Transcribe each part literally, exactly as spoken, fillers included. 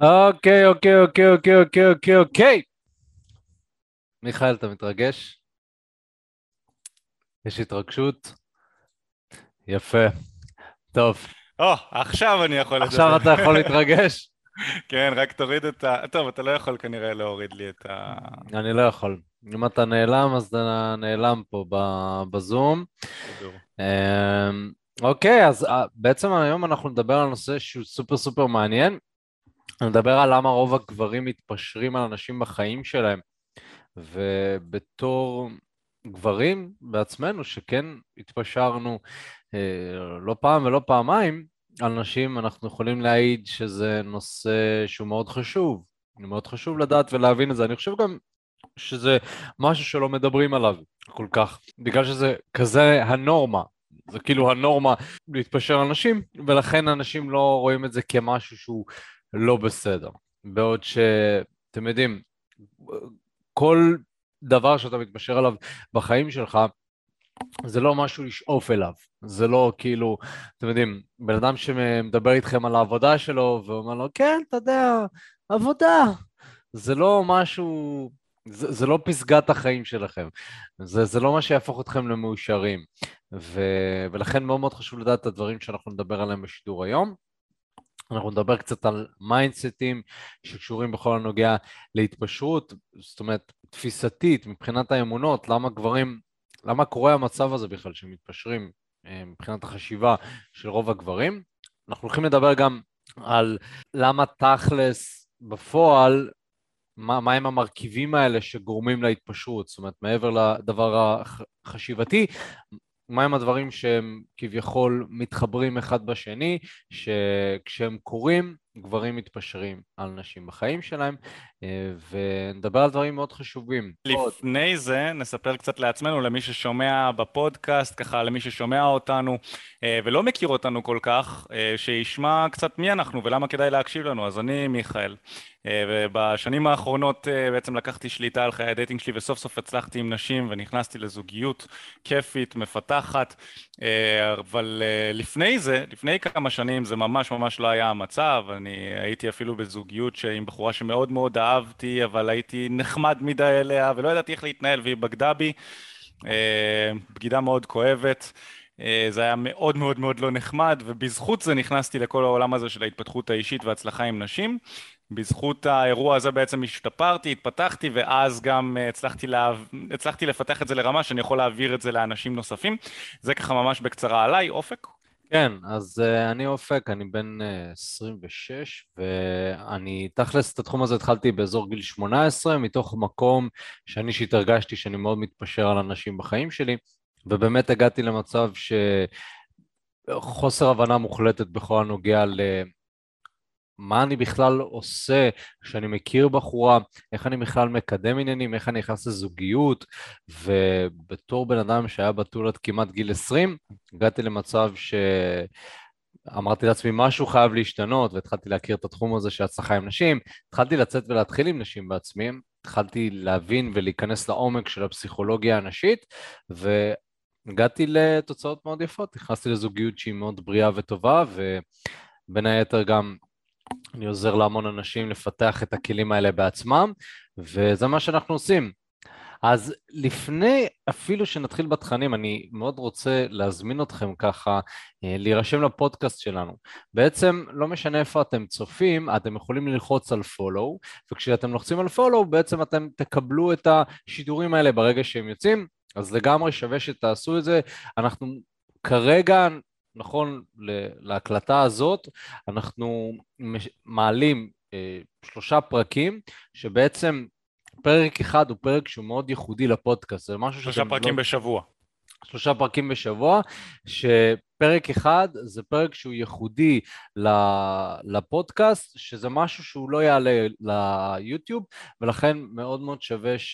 אוקיי, אוקיי, אוקיי, אוקיי, אוקיי, אוקיי, אוקיי. מיכאל, אתה מתרגש? יש התרגשות? יפה. טוב, או, עכשיו אני יכול עכשיו לדבר. אתה יכול להתרגש? כן, רק תוריד את ה... טוב, אתה לא יכול כנראה להוריד לי את ה... אני לא יכול. אם אתה נעלם, אז אתה נעלם פה ב- בזום. שידור. אמ, אוקיי, אז אה, בעצם היום אנחנו נדבר על נושא שהוא סופר סופר מעניין. נדבר על למה רוב הגברים מתפשרים על אנשים בחיים שלהם. ובתור גברים בעצמנו, שכן התפשרנו אה, לא פעם ולא פעמיים על נשים, אנחנו יכולים להעיד שזה נושא שהוא מאוד חשוב. מאוד חשוב לדעת ולהבין את זה. אני חושב גם שזה משהו שלא מדברים עליו כל כך, בגלל שזה כזה הנורמה. זה כאילו הנורמה להתפשר על נשים, ולכן אנשים לא רואים את זה כמשהו שהוא לא בסדר. בעוד שאתם יודעים, כל דבר שאתה מתפשר עליו בחיים שלך, זה לא משהו לשאוף אליו. זה לא כאילו, אתם יודעים, בן אדם שמדבר איתכם על העבודה שלו, ואומר לו, כן, אתה יודע, עבודה. זה לא משהו, זה, זה לא פסגת החיים שלכם. זה, זה לא מה שיהפוך אתכם למאושרים. ו, ולכן מאוד מאוד חשוב לדעת את הדברים שאנחנו נדבר עליהם בשידור היום. אנחנו נדבר קצת על מיינדסטים שקשורים בכל הנוגע להתפשרות, זאת אומרת, תפיסתית, מבחינת האמונות, למה גברים, למה קורה המצב הזה בכלל שמתפשרים אה, מבחינת החשיבה של רוב הגברים. אנחנו הולכים לדבר גם על למה תכלס בפועל, מה, מה הם המרכיבים האלה שגורמים להתפשרות, זאת אומרת, מעבר לדבר החשיבתי, מהם הדברים שהם כביכול מתחברים אחד בשני, שכשהם קורים, גברים מתפשרים על נשים בחיים שלהם, ונדבר על דברים מאוד חשובים. לפני זה נספר קצת לעצמנו, למי ששומע בפודקאסט, ככה למי ששומע אותנו אה, ולא מכיר אותנו כל כך, אה, שישמע קצת מי אנחנו ולמה כדאי להקשיב לנו. אז אני מיכאל, אה, ובשנים האחרונות אה, בעצם לקחתי שליטה על חיי הדייטינג שלי, וסוף סוף הצלחתי עם נשים ונכנסתי לזוגיות כיפית, מפתחת. אה, אבל אה, לפני זה, לפני כמה שנים, זה ממש ממש לא היה המצב. אני הייתי אפילו בזוגיות עם בחורה שמאוד מאוד אהבתי, אבל הייתי נחמד מדי אליה ולא ידעתי איך להתנהל, והיא בגדה בי. אה, בגידה מאוד כואבת. אה, זה היה מאוד מאוד מאוד לא נחמד, ובזכות זה נכנסתי לכל העולם הזה של ההתפתחות האישית וההצלחה עם נשים. בזכות האירוע הזה בעצם השתפרתי, התפתחתי, ואז גם אה, הצלחתי, לה... הצלחתי לפתח את זה לרמה שאני יכול להעביר את זה לאנשים נוספים. זה ככה ממש בקצרה עליי. אופק? כן, אז uh, אני אופק, אני בן uh, עשרים ושש, ואני תכלס את התחום הזה התחלתי באזור גיל שמונה עשרה, מתוך מקום שאני אישית הרגשתי שאני מאוד מתפשר על אנשים בחיים שלי, ובאמת הגעתי למצב שחוסר הבנה מוחלטת בכל הנוגע מה אני בכלל עושה כשאני מכיר בחורה, איך אני בכלל מקדם עניינים, איך אני נכנס לזוגיות, ובתור בן אדם שהיה בתול עד כמעט גיל עשרים, הגעתי למצב שאמרתי לעצמי משהו חייב להשתנות, והתחלתי להכיר את התחום הזה של הצלחה עם נשים, התחלתי לצאת ולהתחיל עם נשים בעצמי, התחלתי להבין ולהיכנס לעומק של הפסיכולוגיה הנשית, והגעתי לתוצאות מאוד יפות, נכנסתי לזוגיות שהיא מאוד בריאה וטובה, ובין היתר גם אני עוזר להמון אנשים לפתח את הכלים האלה בעצמם, וזה מה שאנחנו עושים. אז לפני אפילו שנתחיל בתכנים, אני מאוד רוצה להזמין אתכם ככה להירשם לפודקאסט שלנו. בעצם לא משנה איפה אתם צופים, אתם יכולים ללחוץ על follow, וכשאתם לוחצים על follow בעצם אתם תקבלו את השידורים האלה ברגע שהם יוצאים, אז לגמרי שווה שתעשו את זה. אנחנו כרגע, נכון, להקלטה הזאת, אנחנו מעלים אה, שלושה פרקים, שבעצם פרק אחד הוא פרק שהוא מאוד ייחודי לפודקאסט, זה משהו שלושה שאתם פרקים לא... בשבוע. שלושה פרקים בשבוע, שפרק אחד זה פרק שהוא ייחודי לפודקאסט, שזה משהו שהוא לא יעלה ליוטיוב, ולכן מאוד מאוד שווה ש...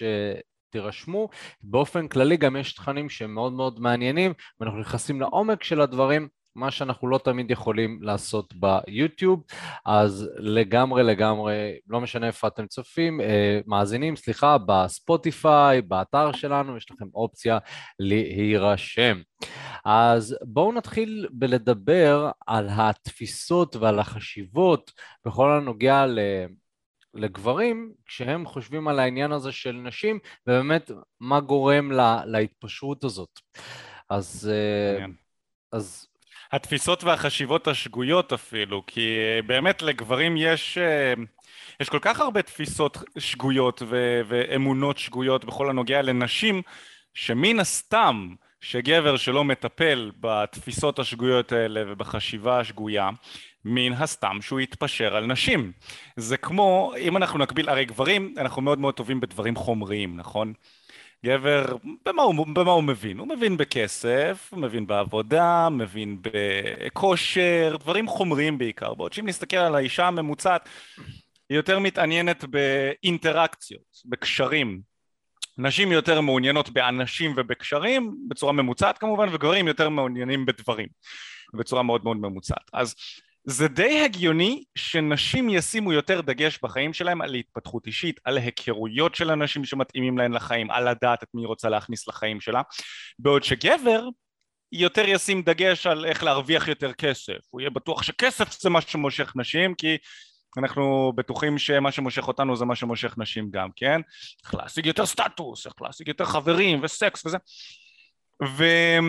תירשמו. באופן כללי גם יש תכנים שהם מאוד מאוד מעניינים, ואנחנו נכנסים לעומק של הדברים, מה שאנחנו לא תמיד יכולים לעשות ביוטיוב, אז לגמרי לגמרי, לא משנה איפה אתם צופים, מאזינים, סליחה, בספוטיפיי, באתר שלנו, יש לכם אופציה להירשם. אז בואו נתחיל בלדבר על התפיסות ועל החשיבות בכל הנוגע ל... לגברים, כשהם חושבים על העניין הזה של נשים, ובאמת מה גורם לה, להתפשרות הזאת. אז... מעניין. אז... התפיסות והחשיבות השגויות אפילו, כי באמת לגברים יש, יש כל כך הרבה תפיסות שגויות ו- ואמונות שגויות בכל הנוגע לנשים, שמן הסתם שגבר שלא מטפל בתפיסות השגויות האלה ובחשיבה השגויה, מן הסתם שהוא יתפשר על נשים. זה כמו, אם אנחנו נקביל, הרי גברים, אנחנו מאוד מאוד טובים בדברים חומריים, נכון? גבר, במה הוא, במה הוא מבין? הוא מבין בכסף, הוא מבין בעבודה, מבין בכושר, דברים חומריים בעיקר. בעוד שאם נסתכל על האישה הממוצעת, היא יותר מתעניינת באינטראקציות, בקשרים. נשים יותר מעוניינות באנשים ובקשרים, בצורה ממוצעת כמובן, וגברים יותר מעוניינים בדברים, בצורה מאוד מאוד ממוצעת. אז זה די הגיוני שנשים ישימו יותר דגש בחיים שלהם על התפתחות אישית, על היכרויות של אנשים שמתאימים להן לחיים, על לדעת את מי היא רוצה להכניס לחיים שלה, בעוד שגבר יותר ישים דגש על איך להרוויח יותר כסף. הוא יהיה בטוח שכסף זה מה שמושך נשים, כי אנחנו בטוחים שמה שמושך אותנו זה מה שמושך נשים גם, כן? איך להשיג יותר סטטוס, איך להשיג יותר חברים וסקס וזה. ו...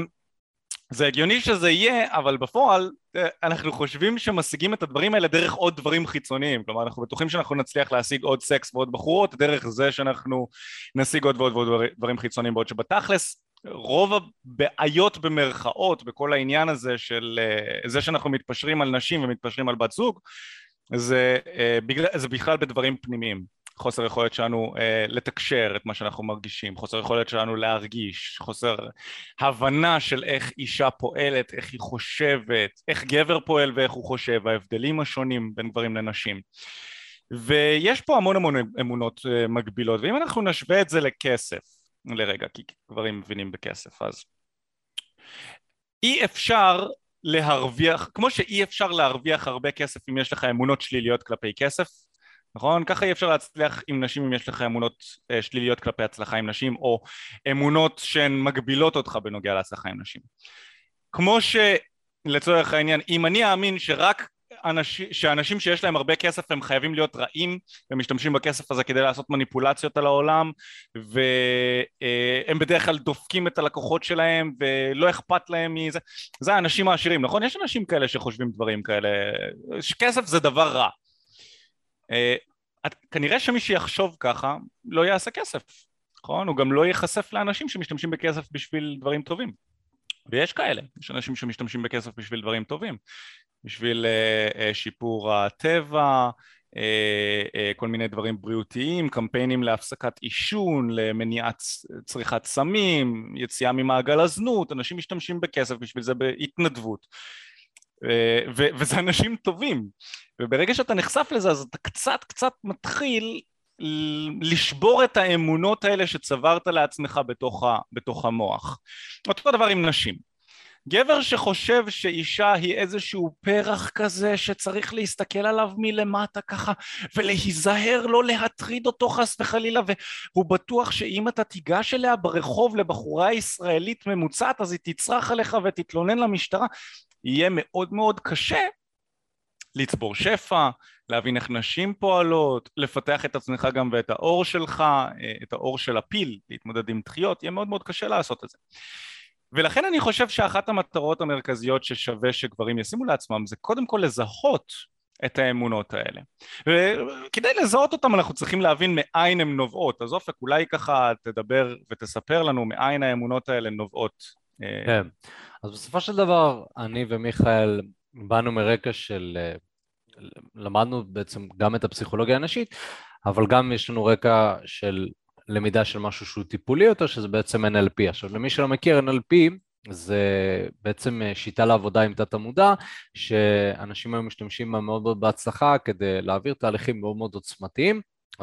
זה הגיוני שזה יהיה, אבל בפועל אנחנו חושבים שמשיגים את הדברים האלה דרך עוד דברים חיצוניים. כלומר, אנחנו בטוחים שאנחנו נצליח להשיג עוד סקס ועוד בחורות, דרך זה שאנחנו נשיג עוד ועוד ועוד דברים חיצוניים, בעוד שבתכלס רוב הבעיות במרכאות בכל העניין הזה של זה שאנחנו מתפשרים על נשים ומתפשרים על בת זוג, זה, זה בכלל בדברים פנימיים. חוסר יכולת שלנו אה, לתקשר את מה שאנחנו מרגישים, חוסר יכולת שלנו להרגיש, חוסר הבנה של איך אישה פועלת, איך היא חושבת, איך גבר פועל ואיך הוא חושב, ההבדלים השונים בין גברים לנשים. ויש פה המון המון אמונות אה, מגבילות, ואם אנחנו נשווה את זה לכסף, לרגע, כי גברים מבינים בכסף, אז אי אפשר להרוויח, כמו שאי אפשר להרוויח הרבה כסף אם יש לך אמונות שליליות כלפי כסף, נכון? ככה אי אפשר להצליח עם נשים אם יש לך אמונות שליליות כלפי הצלחה עם נשים, או אמונות שהן מגבילות אותך בנוגע להצלחה עם נשים. כמו שלצורך העניין, אם אני אאמין שרק אנשים, שאנשים שיש להם הרבה כסף הם חייבים להיות רעים, ומשתמשים בכסף הזה כדי לעשות מניפולציות על העולם, והם בדרך כלל דופקים את הלקוחות שלהם, ולא אכפת להם מזה, זה האנשים העשירים, נכון? יש אנשים כאלה שחושבים דברים כאלה, שכסף זה דבר רע. Uh, כנראה שמי שיחשוב ככה לא יעשה כסף, נכון? הוא גם לא ייחשף לאנשים שמשתמשים בכסף בשביל דברים טובים, ויש כאלה, יש אנשים שמשתמשים בכסף בשביל דברים טובים, בשביל uh, uh, שיפור הטבע, uh, uh, כל מיני דברים בריאותיים, קמפיינים להפסקת עישון, למניעת צריכת סמים, יציאה ממעגל הזנות, אנשים משתמשים בכסף בשביל זה בהתנדבות, ו- וזה אנשים טובים, וברגע שאתה נחשף לזה אז אתה קצת קצת מתחיל לשבור את האמונות האלה שצברת לעצמך בתוך, ה- בתוך המוח. אותו דבר עם נשים. גבר שחושב שאישה היא איזשהו פרח כזה שצריך להסתכל עליו מלמטה ככה ולהיזהר לא להטריד אותו חס וחלילה, והוא בטוח שאם אתה תיגש אליה ברחוב לבחורה ישראלית ממוצעת אז היא תצרח עליך ותתלונן למשטרה, יהיה מאוד מאוד קשה לצבור שפע, להבין איך נשים פועלות, לפתח את עצמך גם ואת האור שלך, את האור של הפיל, להתמודד עם דחיות, יהיה מאוד מאוד קשה לעשות את זה. ולכן אני חושב שאחת המטרות המרכזיות ששווה שגברים ישימו לעצמם זה קודם כל לזהות את האמונות האלה. וכדי לזהות אותם אנחנו צריכים להבין מאין הן נובעות. אז אופק, אולי ככה תדבר ותספר לנו מאין האמונות האלה נובעות. כן, אז בסופו של דבר אני ומיכאל באנו מרקע של, למדנו בעצם גם את הפסיכולוגיה הנשית, אבל גם יש לנו רקע של למידה של משהו שהוא טיפולי יותר, שזה בעצם אן אל פי. עכשיו, למי שלא מכיר, אן אל פי זה בעצם שיטה לעבודה עם תת המודע, שאנשים היום משתמשים בה מאוד מאוד בהצלחה כדי להעביר תהליכים מאוד מאוד עוצמתיים. אז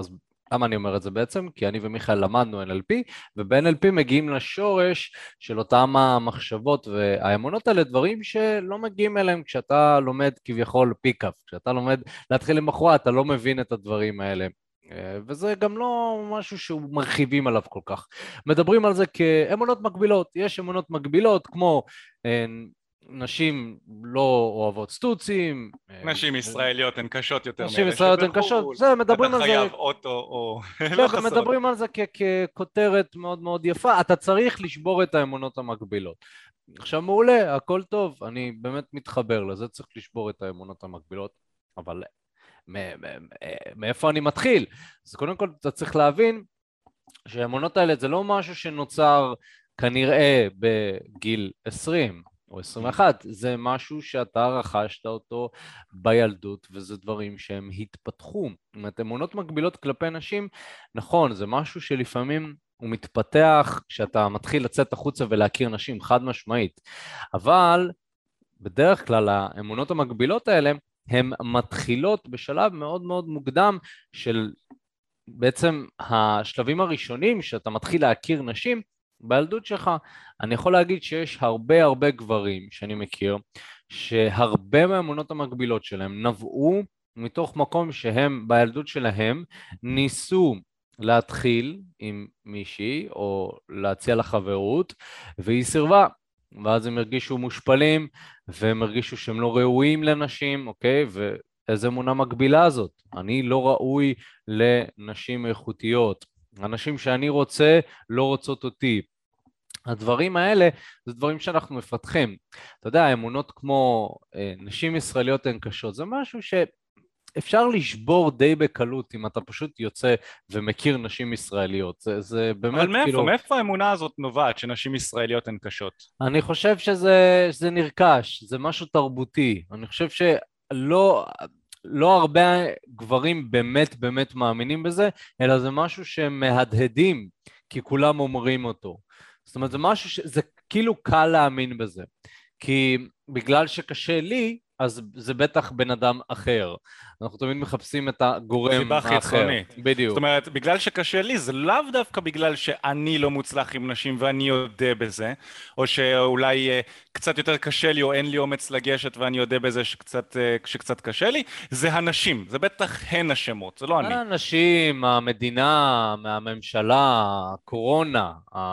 למה אני אומר את זה בעצם? כי אני ומיכאל למדנו אן אל פי, וב-אן אל פי מגיעים לשורש של אותם המחשבות והאמונות האלה, דברים שלא מגיעים אליהם כשאתה לומד כביכול פיקאפ, כשאתה לומד להתחיל עם בחורה, אתה לא מבין את הדברים האלה. וזה גם לא משהו שמרחיבים עליו כל כך. מדברים על זה כאמונות מקבילות, יש אמונות מקבילות כמו נשים לא אוהבות סטוצים. נשים ישראליות הן קשות יותר נשים ישראליות הן קשות, זה מדברים על זה. אתה חייב אוטו או לא חסות. מדברים על זה ככותרת מאוד מאוד יפה, אתה צריך לשבור את האמונות המקבילות. עכשיו מעולה, הכל טוב, אני באמת מתחבר לזה, צריך לשבור את האמונות המקבילות, אבל מאיפה אני מתחיל? אז קודם כל אתה צריך להבין שהאמונות האלה זה לא משהו שנוצר כנראה בגיל עשרים או עשרים ואחת, זה משהו שאתה רכשת אותו בילדות, וזה דברים שהם התפתחו. זאת אומרת, אמונות מקבילות כלפי נשים, נכון, זה משהו שלפעמים הוא מתפתח כשאתה מתחיל לצאת החוצה ולהכיר נשים, חד משמעית, אבל בדרך כלל האמונות המקבילות האלה, הן מתחילות בשלב מאוד מאוד מוקדם של בעצם השלבים הראשונים שאתה מתחיל להכיר נשים בילדות שלך. אני יכול להגיד שיש הרבה הרבה גברים שאני מכיר שהרבה מהאמונות המקבילות שלהם נבעו מתוך מקום שהם בילדות שלהם ניסו להתחיל עם מישהי או להציע לה חברות והיא סירבה, ואז הם הרגישו מושפלים והם הרגישו שהם לא ראויים לנשים, אוקיי? ואיזה אמונה מקבילה זאת? אני לא ראוי לנשים איכותיות, הנשים שאני רוצה לא רוצות אותי. הדברים האלה זה דברים שאנחנו מפתחים. אתה יודע, האמונות כמו אה, נשים ישראליות הן קשות, זה משהו שאפשר לשבור די בקלות אם אתה פשוט יוצא ומכיר נשים ישראליות. זה, זה באמת אבל מאיפה, כאילו... מאיפה האמונה הזאת נובעת שנשים ישראליות הן קשות? אני חושב שזה, שזה נרכש, זה משהו תרבותי. אני חושב שלא... לא הרבה גברים באמת באמת מאמינים בזה, אלא זה משהו שהם מהדהדים, כי כולם אומרים אותו. זאת אומרת, זה משהו ש... זה כאילו קל להאמין בזה. כי בגלל שקשה לי, אז זה בטח בן אדם אחר. אנחנו תמיד מחפשים את הגורם האחר. בדיוק. זאת אומרת, בגלל שקשה לי, זה לאו דווקא בגלל שאני לא מוצלח עם נשים ואני יודע בזה, או שאולי קצת יותר קשה לי או אין לי אומץ לגשת ואני יודע בזה שקצת, שקצת קשה לי, זה הנשים, זה בטח הן השמות, זה לא אני. האנשים, המדינה, הממשלה, הקורונה,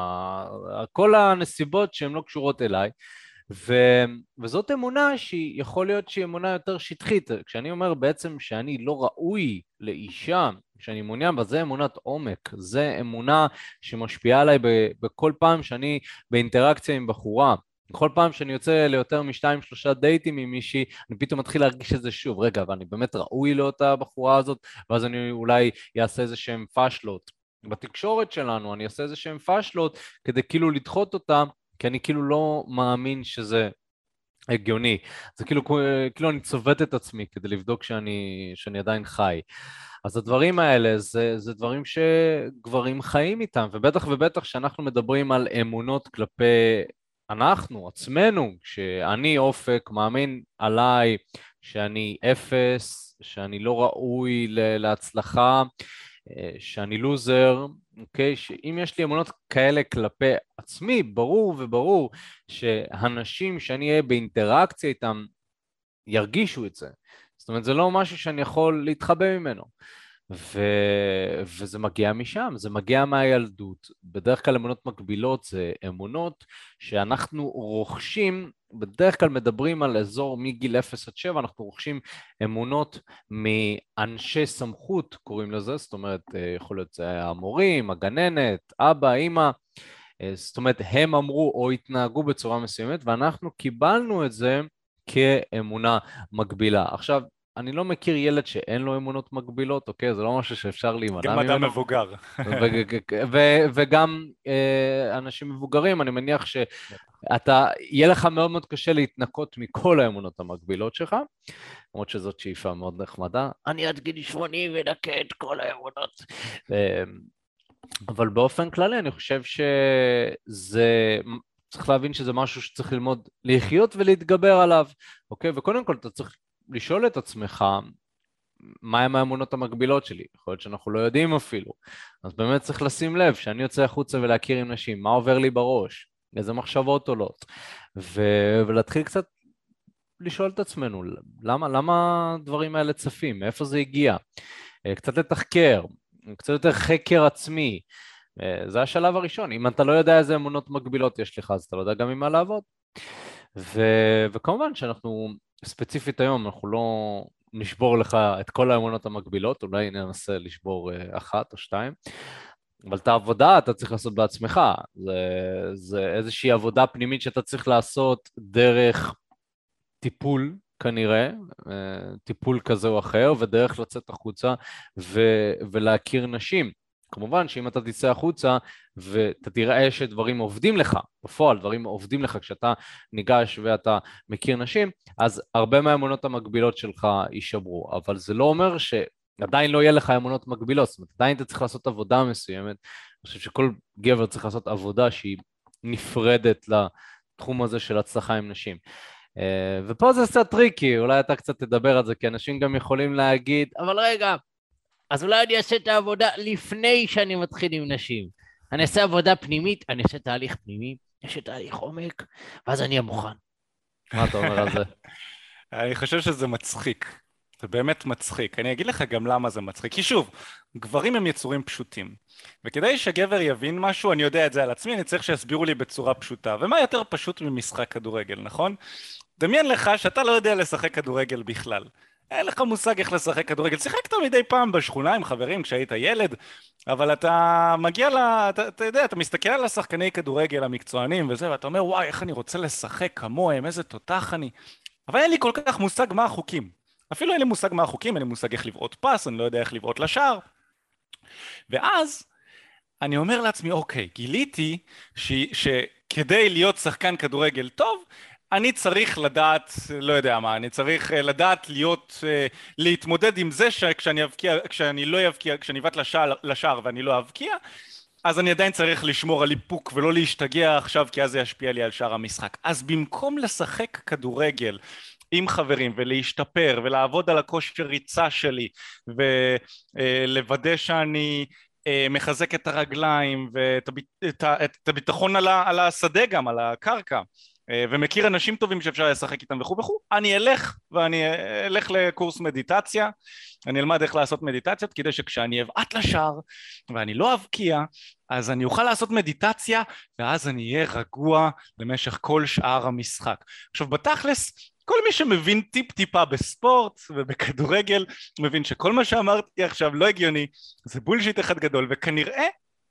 כל הנסיבות שהן לא קשורות אליי, ו... וזאת אמונה שהיא יכול להיות שהיא אמונה יותר שטחית. כשאני אומר בעצם שאני לא ראוי לאישה, כשאני מעוניין בה, זה אמונת עומק, זה אמונה שמשפיעה עליי ב... בכל פעם שאני באינטראקציה עם בחורה. בכל פעם שאני יוצא ליותר משתיים שלושה דייטים עם מישהי, אני פתאום מתחיל להרגיש את זה שוב, רגע, אבל אני באמת ראוי לאותה בחורה הזאת, ואז אני אולי אעשה איזה שהם פשלות. בתקשורת שלנו אני אעשה איזה שהם פשלות כדי כאילו לדחות אותה, כי אני כאילו לא מאמין שזה הגיוני. זה כאילו, כאילו אני צובט את עצמי כדי לבדוק שאני, שאני עדיין חי. אז הדברים האלה זה, זה דברים שגברים חיים איתם, ובטח ובטח שאנחנו מדברים על אמונות כלפי אנחנו, עצמנו, שאני אופק, מאמין עליי שאני אפס, שאני לא ראוי להצלחה, שאני לוזר, אוקיי? שאם יש לי אמונות כאלה כלפי עצמי, ברור וברור שהאנשים שאני אהיה באינטראקציה איתם ירגישו את זה. זאת אומרת, זה לא משהו שאני יכול להתחבא ממנו. ו... וזה מגיע משם, זה מגיע מהילדות. בדרך כלל אמונות מקבילות זה אמונות שאנחנו רוכשים, בדרך כלל מדברים על אזור מגיל אפס עד שבע, אנחנו רוכשים אמונות מאנשי סמכות, קוראים לזה, זאת אומרת, יכול להיות זה המורים, הגננת, אבא, אמא, זאת אומרת, הם אמרו או התנהגו בצורה מסוימת, ואנחנו קיבלנו את זה כאמונה מקבילה. עכשיו, אני לא מכיר ילד שאין לו אמונות מקבילות, אוקיי? זה לא משהו שאפשר להימנע ממנו. גם אדם מבוגר. וגם אנשים מבוגרים, אני מניח שאתה, יהיה לך מאוד מאוד קשה להתנקות מכל האמונות המקבילות שלך, למרות שזאת שאיפה מאוד נחמדה. אני עד גיל שמונים ונקה את כל האמונות. אבל באופן כללי אני חושב שזה... צריך להבין שזה משהו שצריך ללמוד לחיות ולהתגבר עליו, אוקיי? וקודם כל אתה צריך לשאול את עצמך, מהם האמונות המקבילות שלי? יכול להיות שאנחנו לא יודעים אפילו. אז באמת צריך לשים לב שאני יוצא החוצה ולהכיר עם נשים, מה עובר לי בראש, איזה מחשבות עולות, ו- ולהתחיל קצת לשאול את עצמנו, למה, למה הדברים האלה צפים, מאיפה זה הגיע? קצת לתחקר, קצת יותר חקר עצמי, זה השלב הראשון. אם אתה לא יודע איזה אמונות מקבילות יש לך, אז אתה לא יודע גם עם מה לעבוד. ו- וכמובן שאנחנו, ספציפית היום, אנחנו לא נשבור לך את כל האמונות המקבילות, אולי ננסה לשבור אחת או שתיים, אבל את העבודה אתה צריך לעשות בעצמך, זה, זה איזושהי עבודה פנימית שאתה צריך לעשות דרך טיפול כנראה, טיפול כזה או אחר, ודרך לצאת החוצה ו- ולהכיר נשים. כמובן שאם אתה תצא החוצה ואתה תראה שדברים עובדים לך, בפועל דברים עובדים לך כשאתה ניגש ואתה מכיר נשים, אז הרבה מהאמונות המקבילות שלך יישברו, אבל זה לא אומר שעדיין לא יהיה לך אמונות מקבילות, זאת אומרת, עדיין אתה צריך לעשות עבודה מסוימת. אני חושב שכל גבר צריך לעשות עבודה שהיא נפרדת לתחום הזה של הצלחה עם נשים. ופה זה קצת טריקי, אולי אתה קצת תדבר על זה, כי אנשים גם יכולים להגיד, אבל רגע, אז אולי אני אעשה את העבודה לפני שאני מתחיל עם נשים. אני אעשה עבודה פנימית, אני אעשה תהליך פנימי, אני אעשה תהליך עומק, ואז אני אהיה מוכן. מה אתה אומר על זה? אני חושב שזה מצחיק. זה באמת מצחיק. אני אגיד לך גם למה זה מצחיק. כי שוב, גברים הם יצורים פשוטים. וכדי שגבר יבין משהו, אני יודע את זה על עצמי, אני צריך שיסבירו לי בצורה פשוטה. ומה יותר פשוט ממשחק כדורגל, נכון? דמיין לך שאתה לא יודע לשחק כדורגל בכלל. אין לך מושג איך לשחק כדורגל. שיחקת מדי פעם בשכונה עם חברים כשהיית ילד, אבל אתה מגיע ל... אתה, אתה יודע, אתה מסתכל על השחקני כדורגל המקצוענים וזה, ואתה אומר, וואי, איך אני רוצה לשחק כמוהם, איזה תותח אני. אבל אין לי כל כך מושג מה החוקים. אפילו אין לי מושג מה החוקים, אין לי מושג איך לבעוט פס, אני לא יודע איך לבעוט לשער. ואז אני אומר לעצמי, אוקיי, גיליתי ש... שכדי להיות שחקן כדורגל טוב, אני צריך לדעת, לא יודע מה, אני צריך לדעת להיות, להתמודד עם זה שכשאני אבקיע, כשאני לא אבקיע, כשאני אבעט לשער, לשער ואני לא אבקיע, אז אני עדיין צריך לשמור על איפוק ולא להשתגע עכשיו, כי אז זה ישפיע לי על שער המשחק. אז במקום לשחק כדורגל עם חברים ולהשתפר ולעבוד על הכושר ריצה שלי ולוודא שאני מחזק את הרגליים ואת הביטחון על השדה גם, על הקרקע, ומכיר אנשים טובים שאפשר לשחק איתם וכו' וכו', אני אלך ואני אלך לקורס מדיטציה, אני אלמד איך לעשות מדיטציות, כדי שכשאני אבעט לשער ואני לא אבקיע, אז אני אוכל לעשות מדיטציה, ואז אני אהיה רגוע במשך כל שאר המשחק. עכשיו בתכלס, כל מי שמבין טיפ טיפה בספורט ובכדורגל, מבין שכל מה שאמרתי עכשיו לא הגיוני, זה בולשיט אחד גדול, וכנראה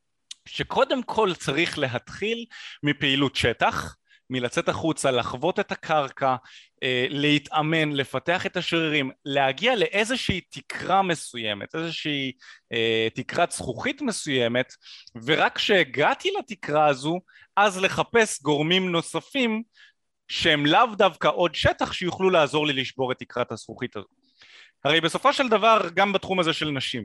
שקודם כל צריך להתחיל מפעילות שטח, מלצאת החוצה, לחוות את הקרקע, להתאמן, לפתח את השרירים, להגיע לאיזושהי תקרה מסוימת, איזושהי תקרת זכוכית מסוימת, ורק כשהגעתי לתקרה הזו, אז לחפש גורמים נוספים, שהם לאו דווקא עוד שטח שיוכלו לעזור לי לשבור את תקרת הזכוכית הזו. הרי בסופו של דבר, גם בתחום הזה של נשים,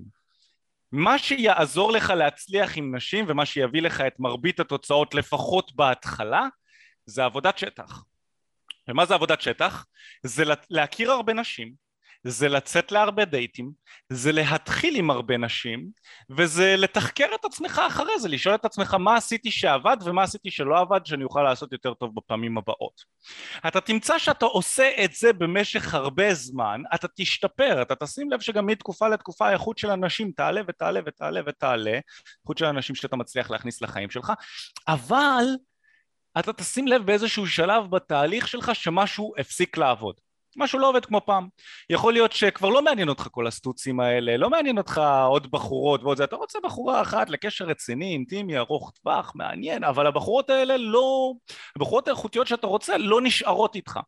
מה שיעזור לך להצליח עם נשים, ומה שיביא לך את מרבית התוצאות לפחות בהתחלה, זה עבודת שטח. ומה זה עבודת שטח? זה להכיר הרבה נשים, זה לצאת להרבה דייטים, זה להתחיל עם הרבה נשים, וזה לתחקר את עצמך אחרי זה, לשאול את עצמך מה עשיתי שעבד ומה עשיתי שלא עבד, שאני אוכל לעשות יותר טוב בפעמים הבאות. אתה תמצא שאתה עושה את זה במשך הרבה זמן, אתה תשתפר, אתה תשים לב שגם מתקופה לתקופה האיכות של אנשים תעלה ותעלה ותעלה ותעלה, איכות של אנשים שאתה מצליח להכניס לחיים שלך, אבל אתה תשים לב באיזשהו שלב בתהליך שלך שמשהו הפסיק לעבוד. משהו לא עובד כמו פעם. יכול להיות שכבר לא מעניין אותך כל הסטוצים האלה, לא מעניין אותך עוד בחורות ועוד זה, אתה רוצה בחורה אחת לקשר רציני, אינטימי, ארוך טווח, מעניין, אבל הבחורות האלה לא, הבחורות האיכותיות שאתה רוצה לא נשארות איתך.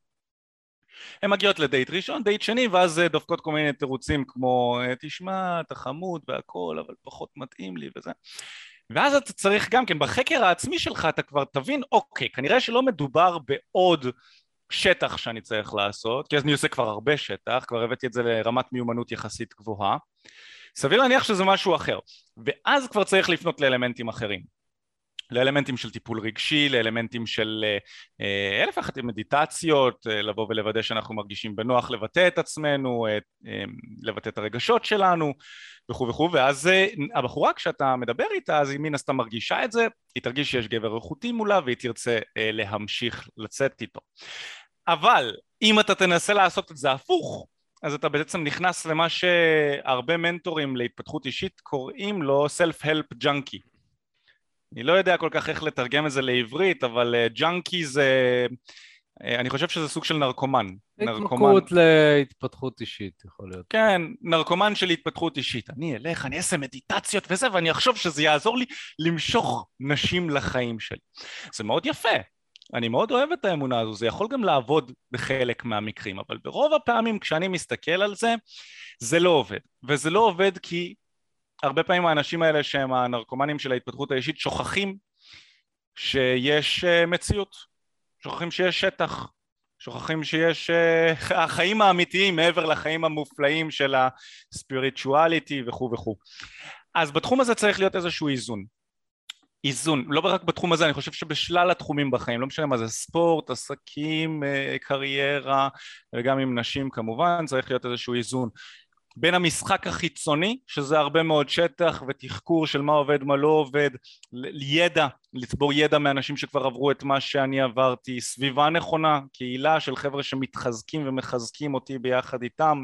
הן מגיעות לדייט ראשון, דייט שני, ואז דופקות כל מיני תירוצים כמו, תשמע, אתה חמוד והכל, אבל פחות מתאים לי וזה. ואז אתה צריך גם כן, בחקר העצמי שלך אתה כבר תבין, אוקיי, כנראה שלא מדובר בעוד שטח שאני צריך לעשות, כי אז אני עושה כבר הרבה שטח, כבר הבאתי את זה לרמת מיומנות יחסית גבוהה, סביר להניח שזה משהו אחר, ואז כבר צריך לפנות לאלמנטים אחרים. לאלמנטים של טיפול רגשי, לאלמנטים של אלף ואחת מדיטציות, לבוא ולוודא שאנחנו מרגישים בנוח לבטא את עצמנו, לבטא את הרגשות שלנו וכו' וכו', ואז הבחורה כשאתה מדבר איתה, אז היא מן הסתם מרגישה את זה, היא תרגיש שיש גבר איכותי מולה והיא תרצה להמשיך לצאת איתו. אבל אם אתה תנסה לעשות את זה הפוך, אז אתה בעצם נכנס למה שהרבה מנטורים להתפתחות אישית קוראים לו self-help junkie. אני לא יודע כל כך איך לתרגם את זה לעברית, אבל ג'אנקי זה, אני חושב שזה סוג של נרקומן. התמכרות להתפתחות אישית, יכול להיות. כן, נרקומן של התפתחות אישית. אני אלך, אני אעשה מדיטציות וזה, ואני אחשוב שזה יעזור לי למשוך נשים לחיים שלי. זה מאוד יפה. אני מאוד אוהב את האמונה הזו, זה יכול גם לעבוד בחלק מהמקרים, אבל ברוב הפעמים כשאני מסתכל על זה, זה לא עובד. וזה לא עובד כי הרבה פעמים האנשים האלה שהם הנרקומנים של ההתפתחות האישית שוכחים שיש מציאות, שוכחים שיש שטח, שוכחים שיש החיים האמיתיים מעבר לחיים המופלאים של הספיריטואליטי וכו' וכו'. אז בתחום הזה צריך להיות איזשהו איזון. איזון, לא רק בתחום הזה, אני חושב שבשלל התחומים בחיים, לא משנה מה זה ספורט, עסקים, קריירה, וגם עם נשים כמובן, צריך להיות איזשהו איזון. בין המשחק החיצוני, שזה הרבה מאוד שטח ותחקור של מה עובד, מה לא עובד, ידע, לצבור ידע מאנשים שכבר עברו את מה שאני עברתי, סביבה נכונה, קהילה של חבר'ה שמתחזקים ומחזקים אותי ביחד איתם,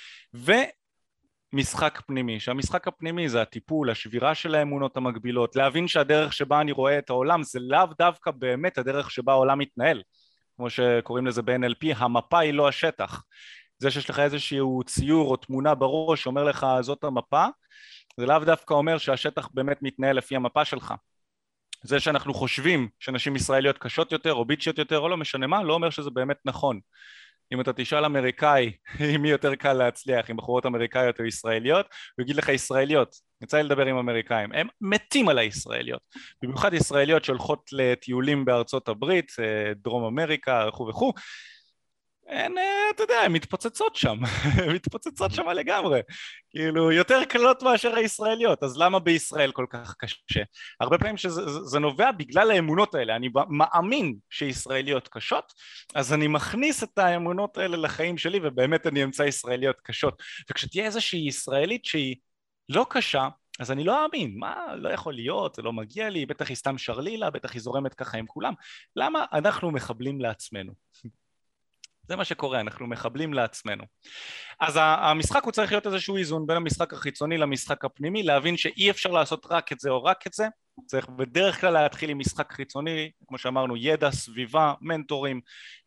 ומשחק פנימי, שהמשחק הפנימי זה הטיפול, השבירה של האמונות המקבילות, להבין שהדרך שבה אני רואה את העולם זה לאו דווקא באמת הדרך שבה העולם מתנהל, כמו שקוראים לזה ב-אן אל פי, המפה היא לא השטח. זה שיש לך איזשהו ציור או תמונה בראש שאומר לך זאת המפה, זה לאו דווקא אומר שהשטח באמת מתנהל לפי המפה שלך. זה שאנחנו חושבים שנשים ישראליות קשות יותר או ביצ'יות יותר או לא משנה מה, לא אומר שזה באמת נכון. אם אתה תשאל אמריקאי, אם מי יותר קל להצליח, עם בחורות אמריקאיות או ישראליות, הוא יגיד לך ישראליות, יצא לי לדבר עם אמריקאים, הם מתים על הישראליות, במיוחד ישראליות שהולכות לטיולים בארצות הברית, דרום אמריקה וכו' וכו', הן, אתה יודע, הן מתפוצצות שם, הן מתפוצצות שם לגמרי, כאילו יותר קלות מאשר הישראליות, אז למה בישראל כל כך קשה? הרבה פעמים שזה זה נובע בגלל האמונות האלה, אני מאמין שישראליות קשות, אז אני מכניס את האמונות האלה לחיים שלי, ובאמת אני אמצא ישראליות קשות, וכשתהיה איזושהי ישראלית שהיא לא קשה, אז אני לא אאמין, מה, לא יכול להיות, זה לא מגיע לי, בטח היא סתם שרלילה, בטח היא זורמת ככה עם כולם, למה אנחנו מחבלים לעצמנו? זה מה שקורה, אנחנו מחבלים לעצמנו. אז המשחק הוא צריך להיות איזשהו איזון בין המשחק החיצוני למשחק הפנימי, להבין שאי אפשר לעשות רק את זה או רק את זה, צריך בדרך כלל להתחיל עם משחק חיצוני, כמו שאמרנו, ידע, סביבה, מנטורים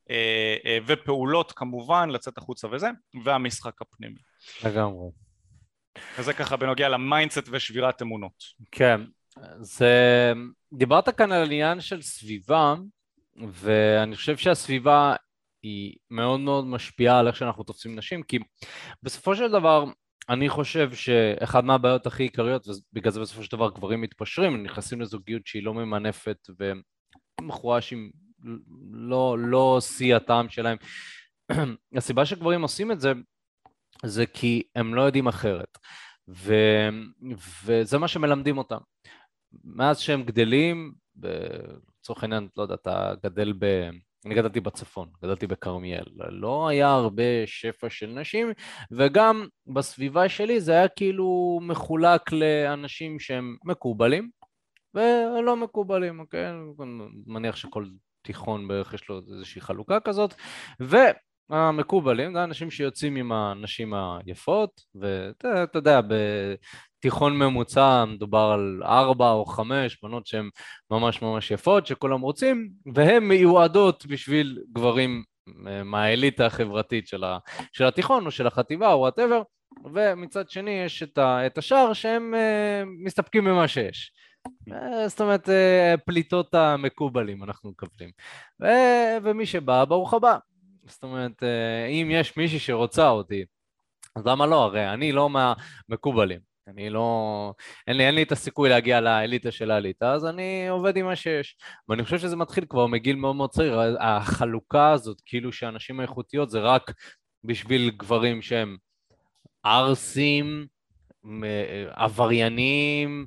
ופעולות כמובן, לצאת החוצה וזה, והמשחק הפנימי. לגמרי. וזה ככה בנוגע למיינדסט ושבירת אמונות. כן, זה... דיברת כאן על עניין של סביבה, ואני חושב שהסביבה היא מאוד מאוד משפיעה על איך שאנחנו תופסים נשים, כי בסופו של דבר אני חושב שאחד מהבעיות הכי עיקריות, ובגלל זה בסופו של דבר גברים מתפשרים, הם נכנסים לזוגיות שהיא לא ממנפת ומחורה שהיא לא, לא שיא הטעם שלהם. הסיבה שגברים עושים את זה, זה כי הם לא יודעים אחרת, ו... וזה מה שמלמדים אותם. מאז שהם גדלים, בצורך העניין, לא יודע, אתה גדל ב... אני גדלתי בצפון, גדלתי בכרמיאל, לא היה הרבה שפע של נשים, וגם בסביבה שלי זה היה כאילו מחולק לאנשים שהם מקובלים, ולא מקובלים, אוקיי? אני מניח שכל תיכון בערך יש לו איזושהי חלוקה כזאת, והמקובלים זה אנשים שיוצאים עם הנשים היפות, ואתה יודע, בתיכון ממוצע מדובר על ארבע או חמש בנות שהן ממש ממש יפות, שכולם רוצים, והן מיועדות בשביל גברים מהאליטה החברתית של, ה, של התיכון או של החטיבה או whatever, ומצד שני יש את, ה, את השאר שהם מסתפקים במה שיש. זאת אומרת, פליטות המקובלים אנחנו מקבלים. ו, ומי שבא, ברוך הבא. זאת אומרת, אם יש מישהי שרוצה אותי, אז למה לא? הרי אני לא מהמקובלים. אני לא... אין לי, אין לי את הסיכוי להגיע לאליטה של האליטה, אז אני עובד עם מה שיש. ואני חושב שזה מתחיל כבר מגיל מאוד מאוד צעיר. החלוקה הזאת, כאילו שהאנשים האיכותיות, זה רק בשביל גברים שהם ארסים, עבריינים,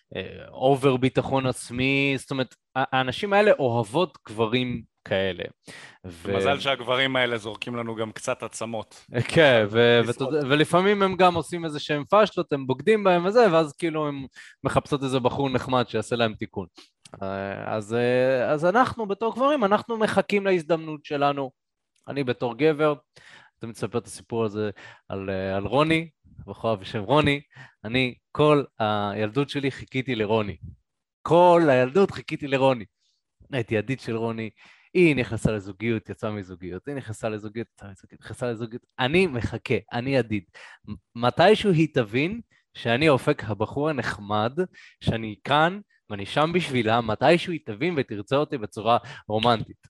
אובר ביטחון עצמי, זאת אומרת, האנשים האלה אוהבות גברים כאלה. מזל שהגברים האלה זורקים לנו גם קצת עצמות. כן, ולפעמים הם גם עושים איזה שהם פשלות, הם בוגדים בהם וזה, ואז כאילו הם מחפשות איזה בחור נחמד שיעשה להם תיקון. אז, אז אנחנו בתור גברים, אנחנו מחכים להזדמנות שלנו. אני בתור גבר, אתה מספר את הסיפור הזה על, על רוני, בחורה בשם רוני, אני כל הילדות שלי חיכיתי לרוני. כל הילדות חיכיתי לרוני. הייתי ידיד של רוני, היא נכנסה לזוגיות, יצאה מזוגיות, היא נכנסה לזוגיות, יצאה מזוגיות, נכנסה לזוגיות. אני מחכה, אני ידיד. מתישהו היא תבין שאני אופק הבחור הנחמד, שאני כאן ואני שם בשבילה, מתישהו היא תבין ותרצה אותי בצורה רומנטית.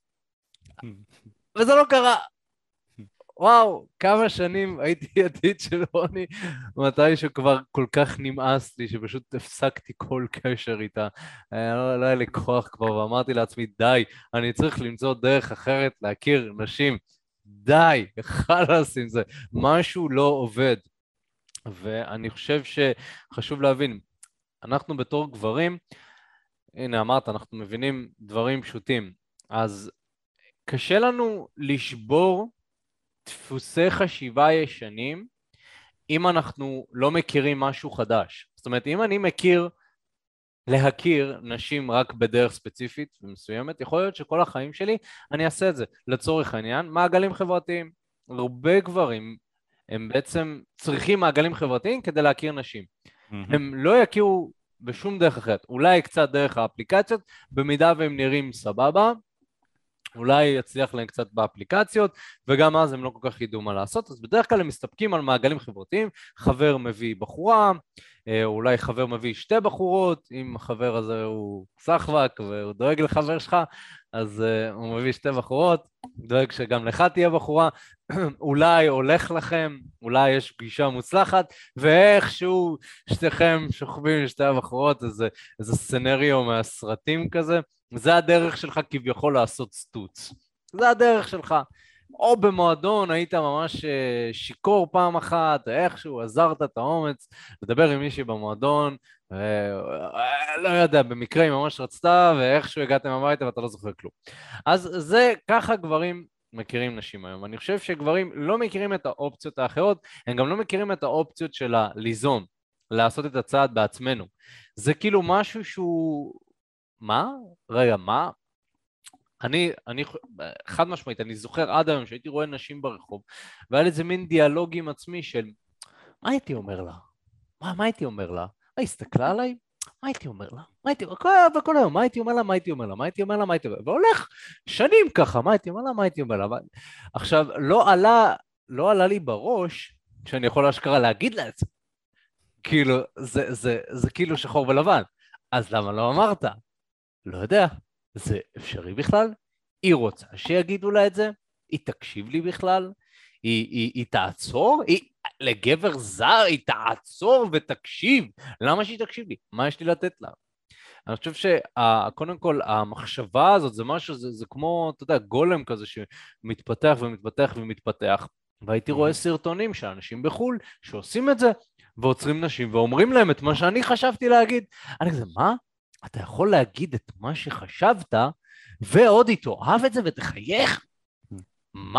וזה לא קרה. וואו, כמה שנים הייתי ידיד של רוני, מתישהו כבר כל כך נמאס לי, שפשוט הפסקתי כל קשר איתה. לא, לא היה לי כוח כבר, ואמרתי לעצמי, די, אני צריך למצוא דרך אחרת להכיר נשים. די, חלאס עם זה, משהו לא עובד. ואני חושב שחשוב להבין, אנחנו בתור גברים, הנה אמרת, אנחנו מבינים דברים פשוטים, אז קשה לנו לשבור דפוסי חשיבה ישנים, אם אנחנו לא מכירים משהו חדש. זאת אומרת, אם אני מכיר להכיר נשים רק בדרך ספציפית ומסוימת, יכול להיות שכל החיים שלי אני אעשה את זה. לצורך העניין, מעגלים חברתיים. הרבה גברים הם בעצם צריכים מעגלים חברתיים כדי להכיר נשים. Mm-hmm. הם לא יכירו בשום דרך אחרת. אולי קצת דרך האפליקציות, במידה והם נראים סבבה, אולי יצליח להם קצת באפליקציות, וגם אז הם לא כל כך ידעו מה לעשות, אז בדרך כלל הם מסתפקים על מעגלים חברתיים, חבר מביא בחורה, אולי חבר מביא שתי בחורות, אם החבר הזה הוא סחבק והוא דואג לחבר שלך, אז הוא מביא שתי בחורות, דואג שגם לך תהיה בחורה, אולי הולך לכם, אולי יש פגישה מוצלחת, ואיכשהו שתיכם שוכבים שתי הבחורות, איזה, איזה סצנריו מהסרטים כזה, זה הדרך שלך כביכול לעשות סטוץ. זה הדרך שלך. או במועדון היית ממש שיקור פעם אחת, איכשהו עזרת את האומץ, לדבר עם מישהי במועדון, לא יודע, במקרה היא ממש רצתה, ואיכשהו הגעתם הביתה ואתה לא זוכר כלום. אז זה, ככה גברים מכירים נשים היום. אני חושב שגברים לא מכירים את האופציות האחרות, הם גם לא מכירים את האופציות של הליזום, לעשות את הצעד בעצמנו. זה כאילו משהו שהוא... מה? רגע, מה? אני, אני, חד משמעית, אני זוכר עד היום שהייתי רואה נשים ברחוב, והיה לי איזה מין דיאלוג עם עצמי של, מה הייתי אומר לה? מה, מה הייתי אומר לה? מה, הסתכלה עליי? מה הייתי אומר לה? מה הייתי, כל, כל היום, מה הייתי אומר לה? מה הייתי אומר לה? מה הייתי אומר לה? מה הייתי אומר לה? והולך שנים ככה, מה הייתי אומר לה? מה הייתי אומר לה? עכשיו, לא עלה, לא עלה לי בראש שאני יכול להשכרה להגיד לה את זה. כאילו, זה, זה, זה כאילו שחור ולבן. אז למה לא אמרת? לא יודע, זה אפשרי בכלל? היא רוצה שיגידו לה את זה? היא תקשיב לי בכלל? היא, היא, היא תעצור? היא, לגבר זר היא תעצור ותקשיב? למה שהיא תקשיב לי? מה יש לי לתת לה? אני חושב שקודם כל המחשבה הזאת זה משהו, זה, זה כמו, אתה יודע, גולם כזה שמתפתח ומתפתח ומתפתח, והייתי רואה סרטונים של אנשים בחול שעושים את זה, ועוצרים נשים ואומרים להם את מה שאני חשבתי להגיד. אני כזה, מה? אתה יכול להגיד את מה שחשבת, ועוד היא תאהב את זה ותחייך? מה?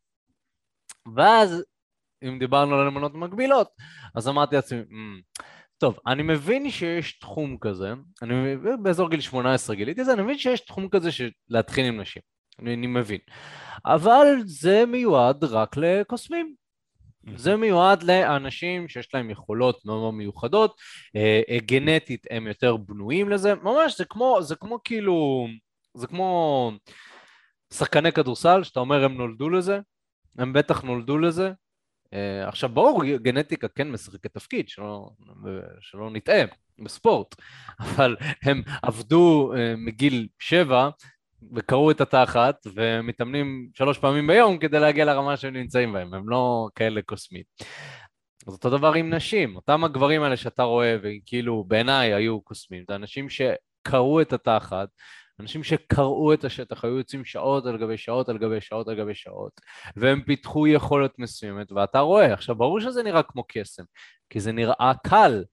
ואז, אם דיברנו על אמונות מקבילות, אז אמרתי לעצמי, טוב, אני מבין שיש תחום כזה, אני באזור גיל שמונה עשרה גיליתי את זה, אני מבין שיש תחום כזה של להתחיל עם נשים, אני, אני מבין. אבל זה מיועד רק לקוסמים. זה מיועד לאנשים שיש להם יכולות מאוד מיוחדות, גנטית הם יותר בנויים לזה, ממש זה כמו, זה כמו כאילו, זה כמו שחקני כדורסל, שאתה אומר הם נולדו לזה, הם בטח נולדו לזה, עכשיו ברור גנטיקה כן משחקת תפקיד, שלא, שלא נטעה בספורט, אבל הם עבדו מגיל שבע, וקראו את התחת, ומתאמנים שלוש פעמים ביום כדי להגיע לרמה שהם נמצאים בהם, הם לא כאלה קוסמים. אז אותו דבר עם נשים, אותם הגברים האלה שאתה רואה, וכאילו בעיניי היו קוסמים, זה אנשים שקראו את התחת, אנשים שקראו את השטח, היו יוצאים שעות על גבי שעות על גבי שעות על גבי שעות, והם פיתחו יכולת מסוימת, ואתה רואה, עכשיו ברור שזה נראה כמו קסם, כי זה נראה קל,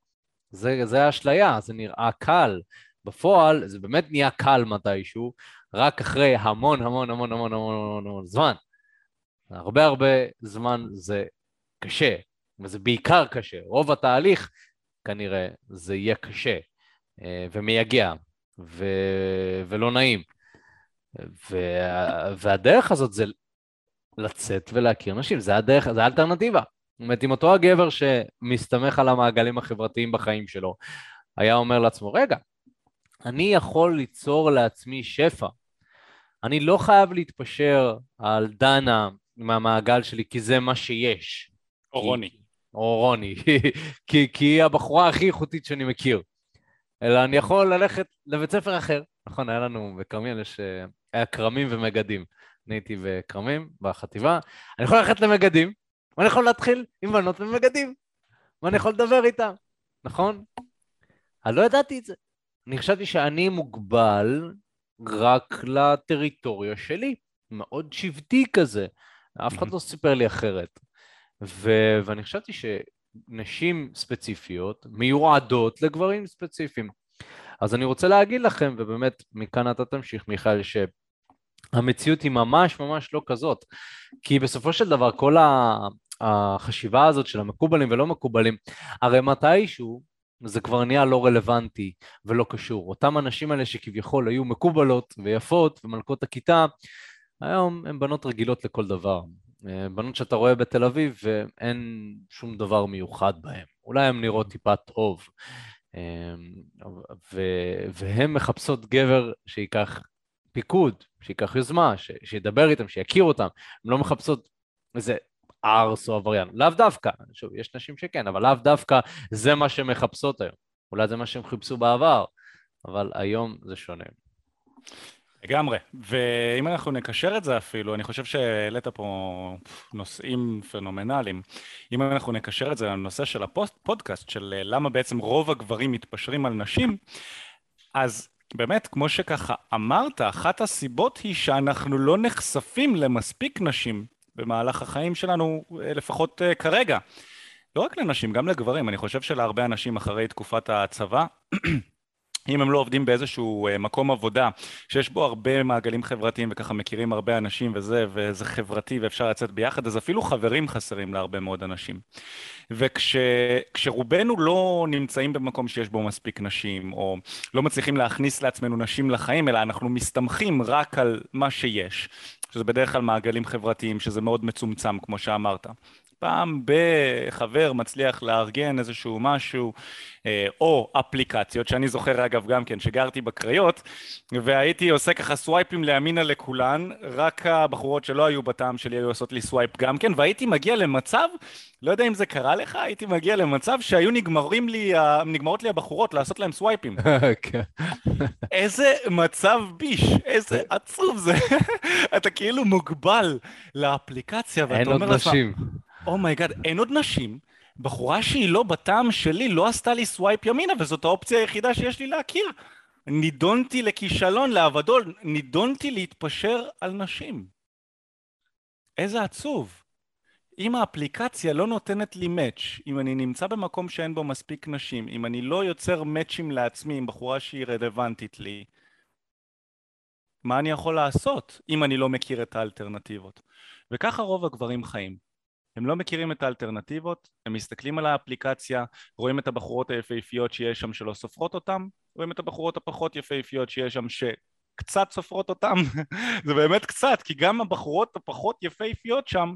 זה, זה האשליה, זה נראה קל. בפועל זה באמת נהיה קל מתישהו, רק אחרי המון המון המון המון המון המון המון זמן. הרבה הרבה זמן זה קשה, וזה בעיקר קשה. רוב התהליך כנראה זה יהיה קשה ומייגע ו... ולא נעים. וה... והדרך הזאת זה לצאת ולהכיר נשים, זה הדרך, זה האלטרנטיבה. זאת אומרת, אם אותו הגבר שמסתמך על המעגלים החברתיים בחיים שלו, היה אומר לעצמו, רגע, אני יכול ליצור לעצמי שפע, אני לא חייב להתפשר על דנה מהמעגל שלי, כי זה מה שיש. או רוני. או רוני, כי, כי היא הבחורה הכי איכותית שאני מכיר. אלא אני יכול ללכת לבית ספר אחר. נכון, היה לנו בקרמיאל, יש, היה קרמים ומגדים. אני הייתי בקרמים, בחטיבה. אני יכול ללכת למגדים, ואני יכול להתחיל עם בנות ומגדים, ואני יכול לדבר איתם. נכון? אני לא ידעתי את זה. אני חשבתי שאני מוגבל רק לטריטוריה שלי. מאוד שבטי כזה. אף אחד לא סיפר לי אחרת. ו- ואני חשבתי שנשים ספציפיות מיועדות לגברים ספציפיים. אז אני רוצה להגיד לכם, ובאמת מכאן אתה תמשיך, מיכאל, שהמציאות היא ממש ממש לא כזאת. כי בסופו של דבר כל החשיבה הזאת של המקובלים ולא מקובלים, הרי מתישהו זה כבר נהיה לא רלוונטי ולא קשור. אותם אנשים האלה שכביכול היו מקובלות ויפות ומלכות הכיתה, היום הן בנות רגילות לכל דבר. בנות שאתה רואה בתל אביב ואין שום דבר מיוחד בהן. אולי הן נראות טיפה טוב. והן מחפשות גבר שיקח פיקוד, שיקח יוזמה, שידבר איתם, שיכיר אותם. הן לא מחפשות איזה ארס או עבריין. לאו דווקא. שוב, יש נשים שכן, אבל לאו דווקא זה מה שהן מחפשות היום. אולי זה מה שהן חיפשו בעבר, אבל היום זה שונה. לגמרי, ואם אנחנו נקשר את זה אפילו, אני חושב שהעלית פה נושאים פנומנליים, אם אנחנו נקשר את זה לנושא של הפודקאסט, של למה בעצם רוב הגברים מתפשרים על נשים, אז באמת, כמו שככה אמרת, אחת הסיבות היא שאנחנו לא נחשפים למספיק נשים במהלך החיים שלנו, לפחות כרגע. לא רק לנשים, גם לגברים, אני חושב שלהרבה אנשים אחרי תקופת הצבא, אם הם לא עובדים באיזשהו מקום עבודה שיש בו הרבה מעגלים חברתיים וככה מכירים הרבה אנשים וזה, וזה חברתי ואפשר לצאת ביחד, אז אפילו חברים חסרים להרבה מאוד אנשים. וכשרובנו לא נמצאים במקום שיש בו מספיק נשים, או לא מצליחים להכניס לעצמנו נשים לחיים, אלא אנחנו מסתמכים רק על מה שיש, שזה בדרך כלל מעגלים חברתיים, שזה מאוד מצומצם כמו שאמרת. פעם בחבר מצליח לארגן איזשהו משהו, או אפליקציות, שאני זוכר אגב גם כן, שגרתי בקריות, והייתי עושה ככה סווייפים לימינה לכולן, רק הבחורות שלא היו בטעם שלי היו עושות לי סווייפ גם כן, והייתי מגיע למצב, לא יודע אם זה קרה לך, הייתי מגיע למצב שהיו נגמרים לי, נגמרות לי הבחורות לעשות להם סווייפים. איזה מצב ביש, איזה עצוב זה. אתה כאילו מוגבל לאפליקציה, ואתה אומר לעצמך, אומייגאד, אין עוד נשים, בחורה שהיא לא בטעם שלי, לא עשתה לי סווייפ ימינה, וזאת האופציה היחידה שיש לי להכיר. נידונתי לכישלון, לעבדול, נידונתי להתפשר על נשים. איזה עצוב. אם האפליקציה לא נותנת לי מאץ', אם אני נמצא במקום שאין בו מספיק נשים, אם אני לא יוצר מאצ'ים לעצמי עם בחורה שהיא רלוונטית לי, מה אני יכול לעשות אם אני לא מכיר את האלטרנטיבות? וככה רוב הגברים חיים. הם לא מכירים את האלטרנטיבות, הם מסתכלים על האפליקציה, רואים את הבחורות היפהפיות שיש שם שלא סופרות אותם, רואים את הבחורות הפחות יפהפיות שיש שם שקצת סופרות אותם, זה באמת קצת, כי גם הבחורות הפחות יפהפיות שם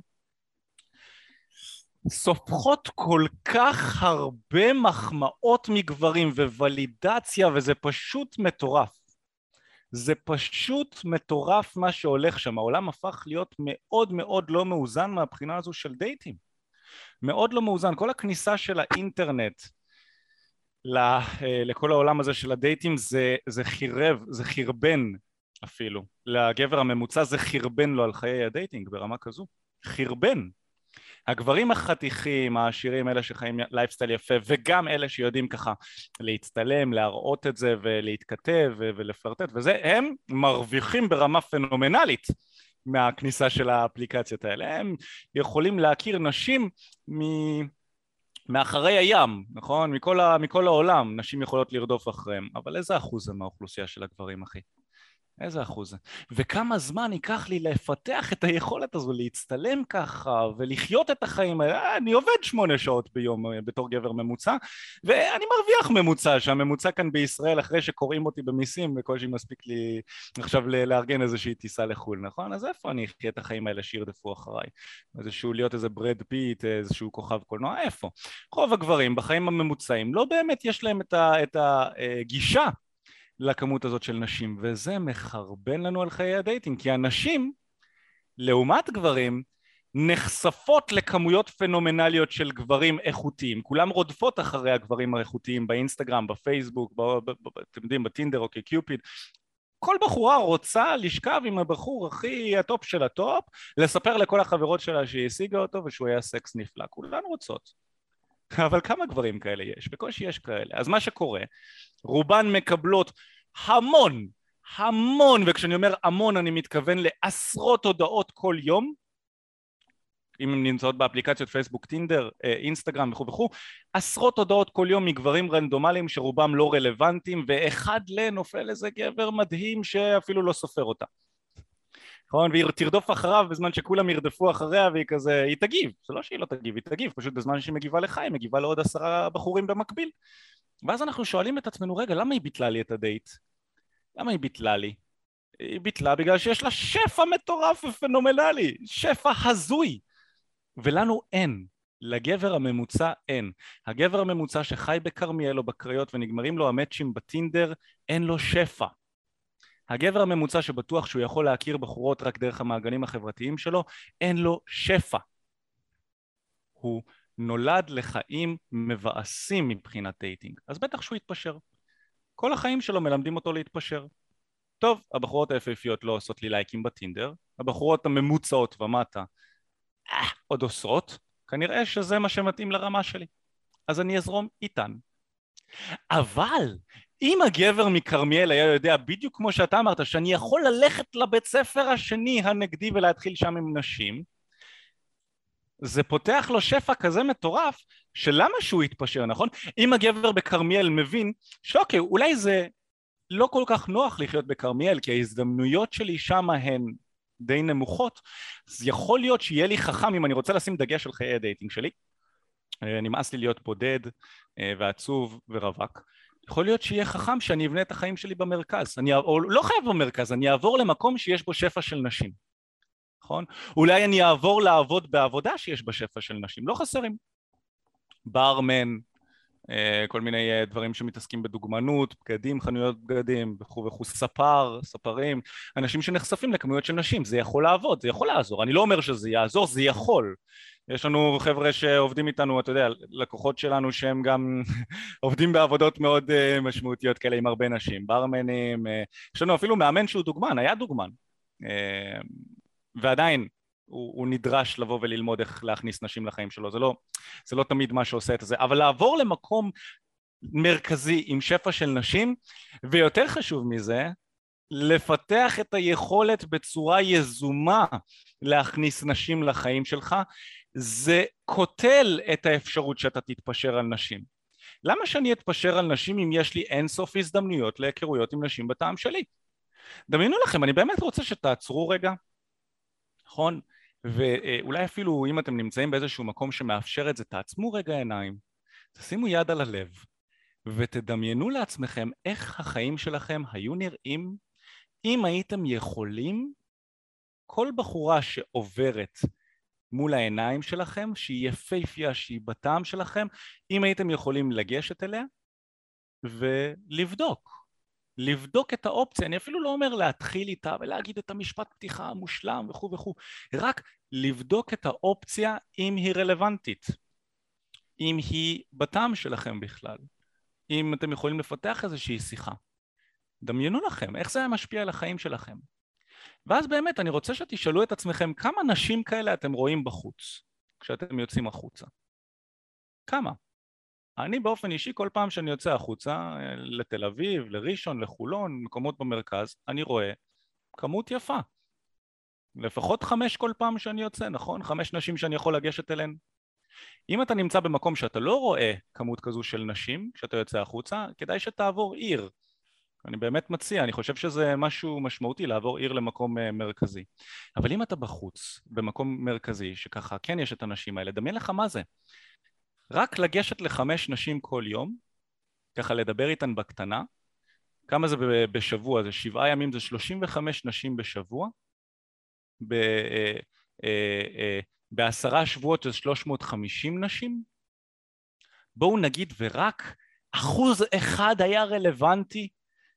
סופחות כל כך הרבה מחמאות מגברים וולידציה, וזה פשוט מטורף. זה פשוט מטורף מה שהולך שם, העולם הפך להיות מאוד מאוד לא מאוזן מהבחינה הזו של דייטים. מאוד לא מאוזן, כל הכניסה של האינטרנט לכל העולם הזה של הדייטים זה, זה חירב, זה חירבן אפילו. לגבר הממוצע זה חירבן לו על חיי הדייטינג ברמה כזו. חירבן. הגברים החתיכים, העשירים, אלה שחיים לייפסטייל יפה, וגם אלה שיודעים ככה להצטלם, להראות את זה ולהתכתב ולפלרטט, וזה, הם מרוויחים ברמה פנומנלית מהכניסה של האפליקציות האלה. הם יכולים להכיר נשים מאחרי הים, נכון? מכל, ה, מכל העולם נשים יכולות לרדוף אחריהם, אבל איזה אחוז זה מהאוכלוסייה של הגברים, אחי? איזה אחוז זה? וכמה זמן ייקח לי לפתח את היכולת הזו, להצטלם ככה ולחיות את החיים האלה? אני עובד שמונה שעות ביום בתור גבר ממוצע, ואני מרוויח ממוצע, שהממוצע כאן בישראל, אחרי שקוראים אותי במיסים, בקושי מספיק לי עכשיו לארגן איזושהי טיסה לחו"ל, נכון? אז איפה אני אחיה את החיים האלה שירדפו אחריי? איזשהו להיות איזה ברד פיט, איזשהו כוכב קולנוע, איפה? רוב הגברים בחיים הממוצעים לא באמת יש להם את הגישה לכמות הזאת של נשים, וזה מחרבן לנו על חיי הדייטינג, כי הנשים, לעומת גברים, נחשפות לכמויות פנומנליות של גברים איכותיים. כולם רודפות אחרי הגברים האיכותיים באינסטגרם, בפייסבוק, ב, ב, ב, אתם יודעים, בטינדר או כקיופיד. כל בחורה רוצה לשכב עם הבחור הכי הטופ של הטופ, לספר לכל החברות שלה שהיא השיגה אותו ושהוא היה סקס נפלא. כולן רוצות. אבל כמה גברים כאלה יש? בקושי יש כאלה. אז מה שקורה, רובן מקבלות המון, המון, וכשאני אומר המון אני מתכוון לעשרות הודעות כל יום, אם הן נמצאות באפליקציות פייסבוק, טינדר, אינסטגרם וכו' וכו', עשרות הודעות כל יום מגברים רנדומליים שרובם לא רלוונטיים, ואחד לנופל איזה גבר מדהים שאפילו לא סופר אותה. נכון? והיא תרדוף אחריו בזמן שכולם ירדפו אחריה, והיא כזה, היא תגיב, זה לא שהיא לא תגיב, היא תגיב, פשוט בזמן שהיא מגיבה לך, היא מגיבה לעוד עשרה בחורים במקביל. ואז אנחנו שואלים את עצמנו, רגע, למה היא ביטלה לי את הדייט? למה היא ביטלה לי? היא ביטלה בגלל שיש לה שפע מטורף ופנומנלי, שפע הזוי. ולנו אין, לגבר הממוצע אין. הגבר הממוצע שחי בכרמיאל או בקריות ונגמרים לו המאצ'ים בטינדר, אין לו שפע. הגבר הממוצע שבטוח שהוא יכול להכיר בחורות רק דרך המעגלים החברתיים שלו, אין לו שפע. הוא נולד לחיים מבאסים מבחינת דייטינג, אז בטח שהוא יתפשר. כל החיים שלו מלמדים אותו להתפשר. טוב, הבחורות היפהפיות לא עושות לי לייקים בטינדר, הבחורות הממוצעות ומטה אה, עוד עושות, כנראה שזה מה שמתאים לרמה שלי, אז אני אזרום איתן. אבל אם הגבר מקרמיאל היה יודע בדיוק כמו שאתה אמרת, שאני יכול ללכת לבית ספר השני הנגדי ולהתחיל שם עם נשים, זה פותח לו שפע כזה מטורף, שלמה שהוא יתפשר, נכון? אם הגבר בקרמיאל מבין שאוקיי, אולי זה לא כל כך נוח לחיות בקרמיאל, כי ההזדמנויות שלי שם הן די נמוכות, אז יכול להיות שיהיה לי חכם, אם אני רוצה לשים דגש על חיי הדייטינג שלי, נמאס לי להיות בודד ועצוב ורווק, יכול להיות שיהיה חכם שאני אבנה את החיים שלי במרכז, אני, או לא חייב במרכז, אני אעבור למקום שיש בו שפע של נשים, נכון? אולי אני אעבור לעבוד בעבודה שיש בה שפע של נשים, לא חסרים, ברמן, כל מיני דברים שמתעסקים בדוגמנות, בגדים, חנויות בגדים וכו' וכו', ספר, ספרים, אנשים שנחשפים לכמויות של נשים, זה יכול לעבוד, זה יכול לעזור, אני לא אומר שזה יעזור, זה יכול. יש לנו חבר'ה שעובדים איתנו, אתה יודע, לקוחות שלנו שהם גם עובדים בעבודות מאוד משמעותיות כאלה עם הרבה נשים, ברמנים, יש לנו אפילו מאמן שהוא דוגמן, היה דוגמן, ועדיין הוא, הוא נדרש לבוא וללמוד איך להכניס נשים לחיים שלו, זה לא, זה לא תמיד מה שעושה את זה, אבל לעבור למקום מרכזי עם שפע של נשים, ויותר חשוב מזה, לפתח את היכולת בצורה יזומה להכניס נשים לחיים שלך, זה קוטל את האפשרות שאתה תתפשר על נשים. למה שאני אתפשר על נשים אם יש לי אינסוף הזדמנויות להיכרויות עם נשים בטעם שלי? דמיינו לכם, אני באמת רוצה שתעצרו רגע, נכון? ואולי אפילו אם אתם נמצאים באיזשהו מקום שמאפשר את זה, תעצמו רגע עיניים, תשימו יד על הלב, ותדמיינו לעצמכם איך החיים שלכם היו נראים אם הייתם יכולים, כל בחורה שעוברת מול העיניים שלכם, שהיא יפהפייה, שהיא בטעם שלכם, אם הייתם יכולים לגשת אליה ולבדוק, לבדוק את האופציה, אני אפילו לא אומר להתחיל איתה ולהגיד את המשפט פתיחה המושלם וכו' וכו', רק לבדוק את האופציה אם היא רלוונטית, אם היא בטעם שלכם בכלל, אם אתם יכולים לפתח איזושהי שיחה. דמיינו לכם, איך זה היה משפיע על החיים שלכם. ואז באמת אני רוצה שתשאלו את עצמכם כמה נשים כאלה אתם רואים בחוץ, כשאתם יוצאים החוצה. כמה? אני באופן אישי כל פעם שאני יוצא החוצה, לתל אביב, לראשון, לחולון, מקומות במרכז, אני רואה כמות יפה. לפחות חמש כל פעם שאני יוצא, נכון? חמש נשים שאני יכול לגשת אליהן. אם אתה נמצא במקום שאתה לא רואה כמות כזו של נשים, כשאתה יוצא החוצה, כדאי שתעבור עיר. אני באמת מציע, אני חושב שזה משהו משמעותי לעבור עיר למקום מרכזי. אבל אם אתה בחוץ, במקום מרכזי, שככה כן יש את הנשים האלה, דמיין לך מה זה. רק לגשת לחמש נשים כל יום, ככה לדבר איתן בקטנה, כמה זה בשבוע? זה שבעה ימים, זה שלושים וחמש נשים בשבוע, ב, אה, אה, אה, בעשרה שבועות זה שלוש מאות וחמישים נשים. בואו נגיד ורק אחוז אחד היה רלוונטי,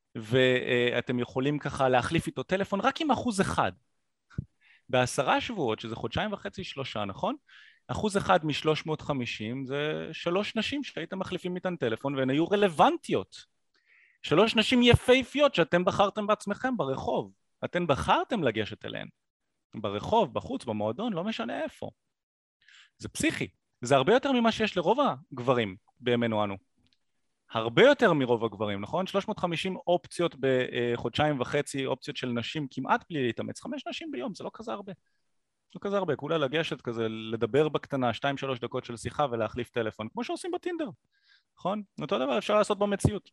ואתם יכולים ככה להחליף איתו טלפון רק עם אחוז אחד. בעשרה שבועות, שזה חודשיים וחצי שלושה, נכון? אחוז אחד מ-שלוש מאות וחמישים זה שלוש נשים שהייתם מחליפים איתן טלפון והן היו רלוונטיות. שלוש נשים יפהפיות שאתם בחרתם בעצמכם ברחוב. אתם בחרתם לגשת אליהן. ברחוב, בחוץ, במועדון, לא משנה איפה. זה פסיכי. זה הרבה יותר ממה שיש לרוב הגברים בימינו אנו. הרבה יותר מרוב הגברים, נכון? שלוש מאות וחמישים אופציות בחודשיים וחצי, אופציות של נשים כמעט בלי להתאמץ. חמש נשים ביום, זה לא כזה הרבה. לא כזה הרבה, כולה לגשת כזה, לדבר בקטנה, שתיים שלוש דקות של שיחה ולהחליף טלפון, כמו שעושים בטינדר, נכון? אותו דבר אפשר לעשות במציאות.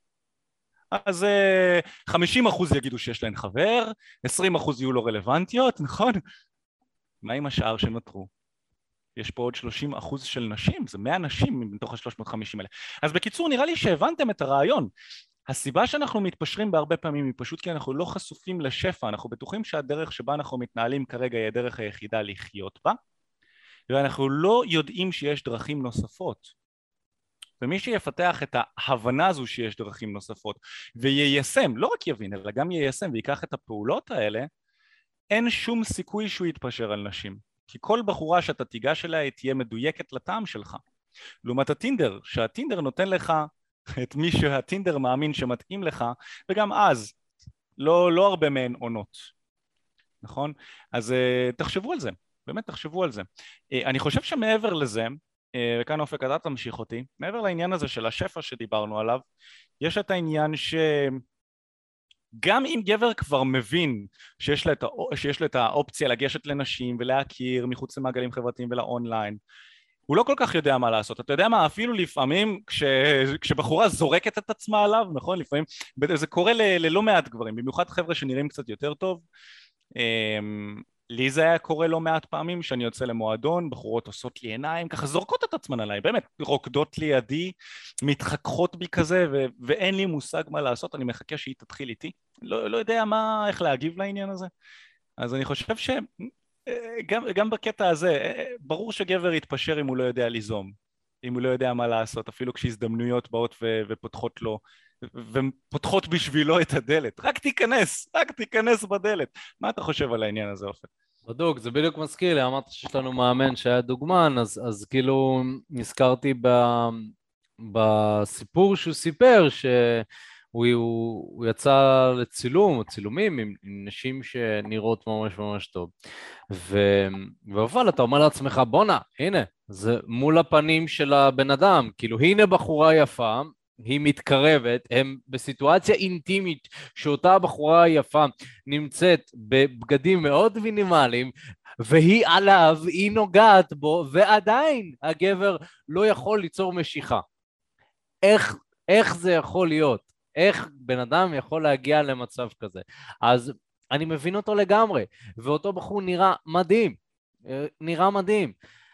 אז חמישים אחוז יגידו שיש להן חבר, עשרים אחוז יהיו לא רלוונטיות, נכון? מה עם השאר שנותרו? יש פה עוד שלושים אחוז של נשים, זה מאה נשים מתוך ה-שלוש מאות וחמישים האלה. אז בקיצור, נראה לי שהבנתם את הרעיון. הסיבה שאנחנו מתפשרים בהרבה פעמים היא פשוט כי אנחנו לא חשופים לשפע, אנחנו בטוחים שהדרך שבה אנחנו מתנהלים כרגע היא הדרך היחידה לחיות בה, ואנחנו לא יודעים שיש דרכים נוספות. ומי שיפתח את ההבנה הזו שיש דרכים נוספות ויישם, לא רק יבין, אלא גם יישם ויקח את הפעולות האלה, אין שום סיכוי שהוא יתפשר על נשים. כי כל בחורה שאתה תיגש אליה היא תהיה מדויקת לטעם שלך. לעומת הטינדר, שהטינדר נותן לך את מי שהטינדר מאמין שמתאים לך, וגם אז לא, לא הרבה מהן עונות. נכון? אז uh, תחשבו על זה, באמת תחשבו על זה. Uh, אני חושב שמעבר לזה, וכאן אופק אתה תמשיך אותי, מעבר לעניין הזה של השפע שדיברנו עליו, יש את העניין שגם אם גבר כבר מבין שיש לו את, הא... שיש לו את האופציה לגשת לנשים ולהכיר מחוץ למעגלים חברתיים ולאונליין, הוא לא כל כך יודע מה לעשות. אתה יודע מה, אפילו לפעמים כש... כשבחורה זורקת את עצמה עליו, נכון? לפעמים זה קורה ל... ללא מעט גברים, במיוחד חבר'ה שנראים קצת יותר טוב. לי זה היה קורה לא מעט פעמים שאני יוצא למועדון, בחורות עושות לי עיניים, ככה זורקות את עצמן עליי, באמת, רוקדות לידי, מתחככות בי כזה, ו- ואין לי מושג מה לעשות, אני מחכה שהיא תתחיל איתי, לא, לא יודע מה, איך להגיב לעניין הזה. אז אני חושב שגם גם בקטע הזה, ברור שגבר יתפשר אם הוא לא יודע ליזום, אם הוא לא יודע מה לעשות, אפילו כשהזדמנויות באות ו- ופותחות לו, ופותחות בשבילו את הדלת. רק תיכנס, רק תיכנס בדלת. מה אתה חושב על העניין הזה, אופן? בדוק, זה בדיוק מזכיר לי, אמרת שיש לנו מאמן שהיה דוגמן, אז, אז כאילו נזכרתי ב, בסיפור שהוא סיפר, שהוא הוא, הוא יצא לצילום, או צילומים עם, עם נשים שנראות ממש ממש טוב. ו, אבל אתה אומר לעצמך, בונה, הנה, זה מול הפנים של הבן אדם, כאילו הנה בחורה יפה, היא מתקרבת, הם בסיטואציה אינטימית שאותה הבחורה היפה נמצאת בבגדים מאוד מינימליים, והיא עליו, היא נוגעת בו, ועדיין הגבר לא יכול ליצור משיכה. איך, איך זה יכול להיות? איך בן אדם יכול להגיע למצב כזה? אז אני מבין אותו לגמרי, ואותו בחור נראה מדהים, נראה מדהים.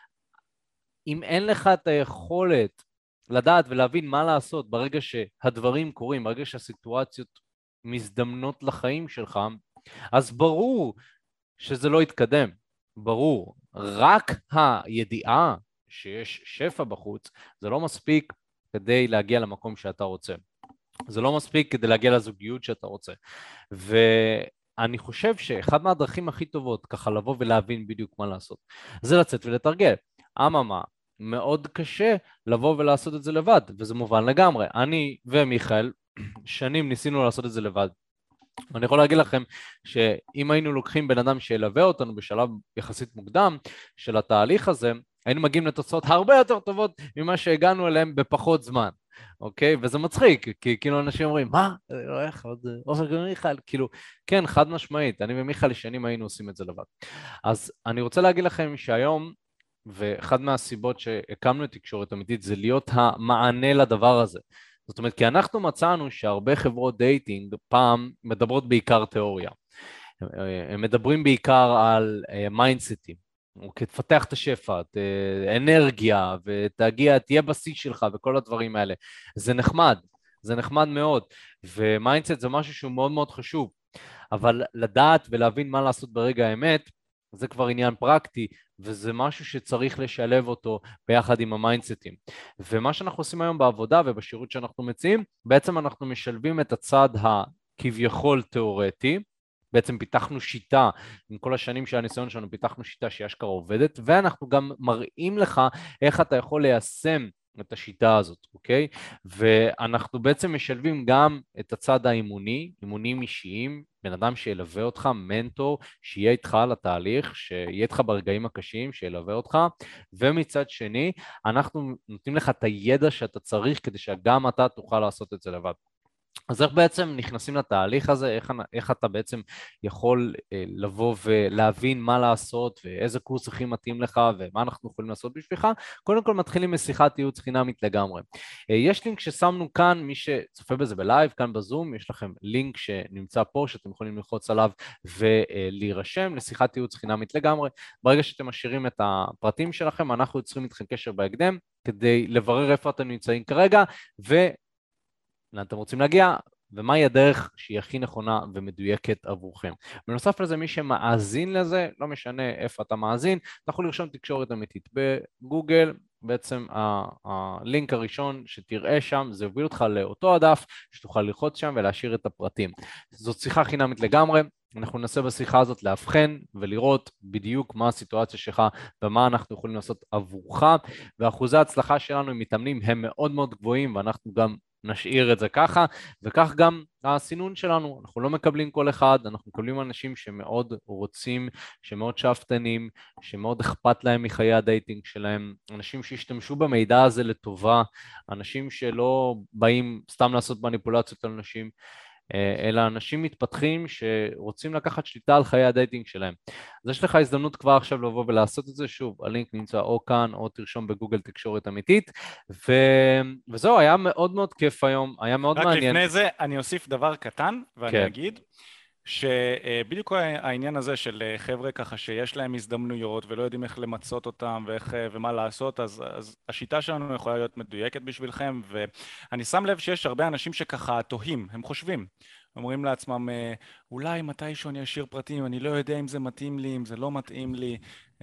אם אין לך את היכולת לדעת ולהבין מה לעשות ברגע שהדברים קורים, ברגע שהסיטואציות מזדמנות לחיים שלך, אז ברור שזה לא יתקדם, ברור. רק הידיעה שיש שפע בחוץ, זה לא מספיק כדי להגיע למקום שאתה רוצה. זה לא מספיק כדי להגיע לזוגיות שאתה רוצה. ואני חושב שאחד מהדרכים הכי טובות, ככה לבוא ולהבין בדיוק מה לעשות, זה לצאת ולתרגל. אממה, מאוד קשה לבוא ולעשות את זה לבד, וזה מובן לגמרי. אני ומיכאל שנים ניסינו לעשות את זה לבד. אני יכול להגיד לכם שאם היינו לוקחים בן אדם שילווה אותנו בשלב יחסית מוקדם של התהליך הזה, היינו מגיעים לתוצאות הרבה יותר טובות ממה שהגענו אליהם בפחות זמן. אוקיי? וזה מצחיק, כי כאילו אנשים אומרים, מה? איך עוד אופק ומיכאל? כאילו, כן, חד משמעית, אני ומיכאל שנים היינו עושים את זה לבד. אז אני רוצה להגיד לכם שהיום, ואחד מהסיבות שהקמנו את תקשורת אמיתית זה להיות המענה לדבר הזה. זאת אומרת, כי אנחנו מצאנו שהרבה חברות דייטינג פעם מדברות בעיקר תיאוריה. הם מדברים בעיקר על מיינדסטים, אוקיי, תפתח את השפע, אנרגיה, ותגיע, תהיה בשיא שלך וכל הדברים האלה. זה נחמד, זה נחמד מאוד, ומיינדסט זה משהו שהוא מאוד מאוד חשוב, אבל לדעת ולהבין מה לעשות ברגע האמת, זה כבר עניין פרקטי, וזה משהו שצריך לשלב אותו ביחד עם המיינדסטים. ומה שאנחנו עושים היום בעבודה ובשירות שאנחנו מציעים, בעצם אנחנו משלבים את הצד הכביכול תיאורטי, בעצם פיתחנו שיטה, עם כל השנים של הניסיון שלנו פיתחנו שיטה שאשכרה עובדת, ואנחנו גם מראים לך איך אתה יכול ליישם את השיטה הזאת, אוקיי? ואנחנו בעצם משלבים גם את הצד האימוני, אימונים אישיים, בן אדם שילווה אותך, מנטור, שיהיה איתך לתהליך, שיהיה איתך ברגעים הקשים, שילווה אותך, ומצד שני, אנחנו נותנים לך את הידע שאתה צריך, כדי שגם אתה תוכל לעשות את זה לבד. אז איך בעצם נכנסים לתהליך הזה, איך, איך אתה בעצם יכול אה, לבוא ולהבין מה לעשות ואיזה קורס הכי מתאים לך ומה אנחנו יכולים לעשות בשבילך? קודם כל מתחילים משיחת ייעוץ חינמית לגמרי. אה, יש לינק ששמנו כאן, מי שצופה בזה בלייב, כאן בזום, יש לכם לינק שנמצא פה שאתם יכולים ללחוץ עליו ולהירשם לשיחת ייעוץ חינמית לגמרי. ברגע שאתם משאירים את הפרטים שלכם, אנחנו יוצרים איתכם קשר בהקדם כדי לברר איפה אתם נמצאים כרגע ו... לאן אתם רוצים להגיע, ומהי הדרך שהיא הכי נכונה ומדויקת עבורכם. בנוסף לזה, מי שמאזין לזה, לא משנה איפה אתה מאזין, אתה יכול לרשום תקשורת אמיתית בגוגל, בעצם הלינק הראשון שתראה שם, זה יוביל אותך לאותו הדף, שתוכל ללחוץ שם ולהשאיר את הפרטים. זאת שיחה חינמית לגמרי, אנחנו ננסה בשיחה הזאת להבחן ולראות בדיוק מה הסיטואציה שלך ומה אנחנו יכולים לעשות עבורך, ואחוזי ההצלחה שלנו עם מתאמנים הם מאוד מאוד גבוהים, ואנחנו גם נשאיר את זה ככה, וכך גם הסינון שלנו, אנחנו לא מקבלים כל אחד, אנחנו מקבלים אנשים שמאוד רוצים, שמאוד שאפתנים, שמאוד אכפת להם מחיי הדייטינג שלהם, אנשים שישתמשו במידע הזה לטובה, אנשים שלא באים סתם לעשות מניפולציות על אנשים, אלא אנשים מתפתחים שרוצים לקחת שליטה על חיי הדייטינג שלהם. אז יש לך הזדמנות כבר עכשיו לבוא ולעשות את זה, שוב, הלינק נמצא או כאן או תרשום בגוגל תקשורת אמיתית, ו... וזהו, היה מאוד מאוד כיף היום, היה מאוד רק מעניין. רק לפני זה אני אוסיף דבר קטן, ואני כן. אגיד, שבדיוק העניין הזה של חבר'ה ככה שיש להם הזדמנויות ולא יודעים איך למצות אותם ואיך, ומה לעשות, אז, אז השיטה שלנו יכולה להיות מדויקת בשבילכם, ואני שם לב שיש הרבה אנשים שככה תוהים, הם חושבים, אומרים לעצמם, אולי מתישהו אני אשאיר פרטים, אני לא יודע אם זה מתאים לי, אם זה לא מתאים לי,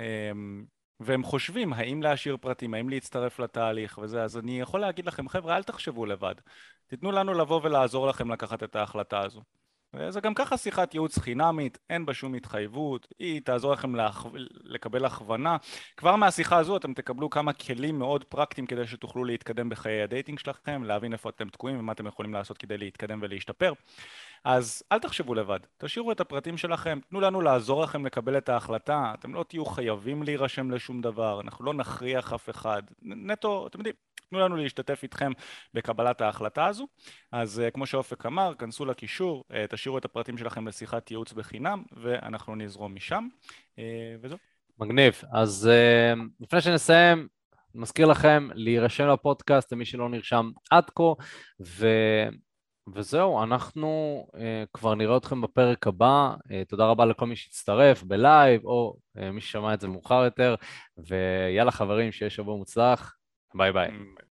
והם חושבים האם להשאיר פרטים, האם להצטרף לתהליך וזה, אז אני יכול להגיד לכם, חבר'ה, אל תחשבו לבד, תיתנו לנו לבוא ולעזור לכם לקחת את ההחלטה הזו. וזה גם ככה שיחת ייעוץ חינמית, אין בה שום התחייבות, היא תעזור לכם להכו... לקבל הכוונה. כבר מהשיחה הזו אתם תקבלו כמה כלים מאוד פרקטיים כדי שתוכלו להתקדם בחיי הדייטינג שלכם, להבין איפה אתם תקועים ומה אתם יכולים לעשות כדי להתקדם ולהשתפר. אז אל תחשבו לבד, תשאירו את הפרטים שלכם, תנו לנו לעזור לכם לקבל את ההחלטה, אתם לא תהיו חייבים להירשם לשום דבר, אנחנו לא נכריח אף אחד, נטו, אתם יודעים, תנו לנו להשתתף איתכם בקבלת ההחלטה הזו. אז כמו שאופק אמר, כנסו לקישור, תשאירו את הפרטים שלכם לשיחת ייעוץ בחינם, ואנחנו נזרום משם, וזהו. מגניב. אז לפני שנסיים, מזכיר לכם להירשם לפודקאסט למי שלא נרשם עד כה, ו... וזהו, אנחנו uh, כבר נראה אתכם בפרק הבא. uh, תודה רבה לכל מי שהצטרף בלייב, או uh, מי ששמע את זה מאוחר יותר, ויאללה חברים, שיש שבוע מוצלח, ביי ביי.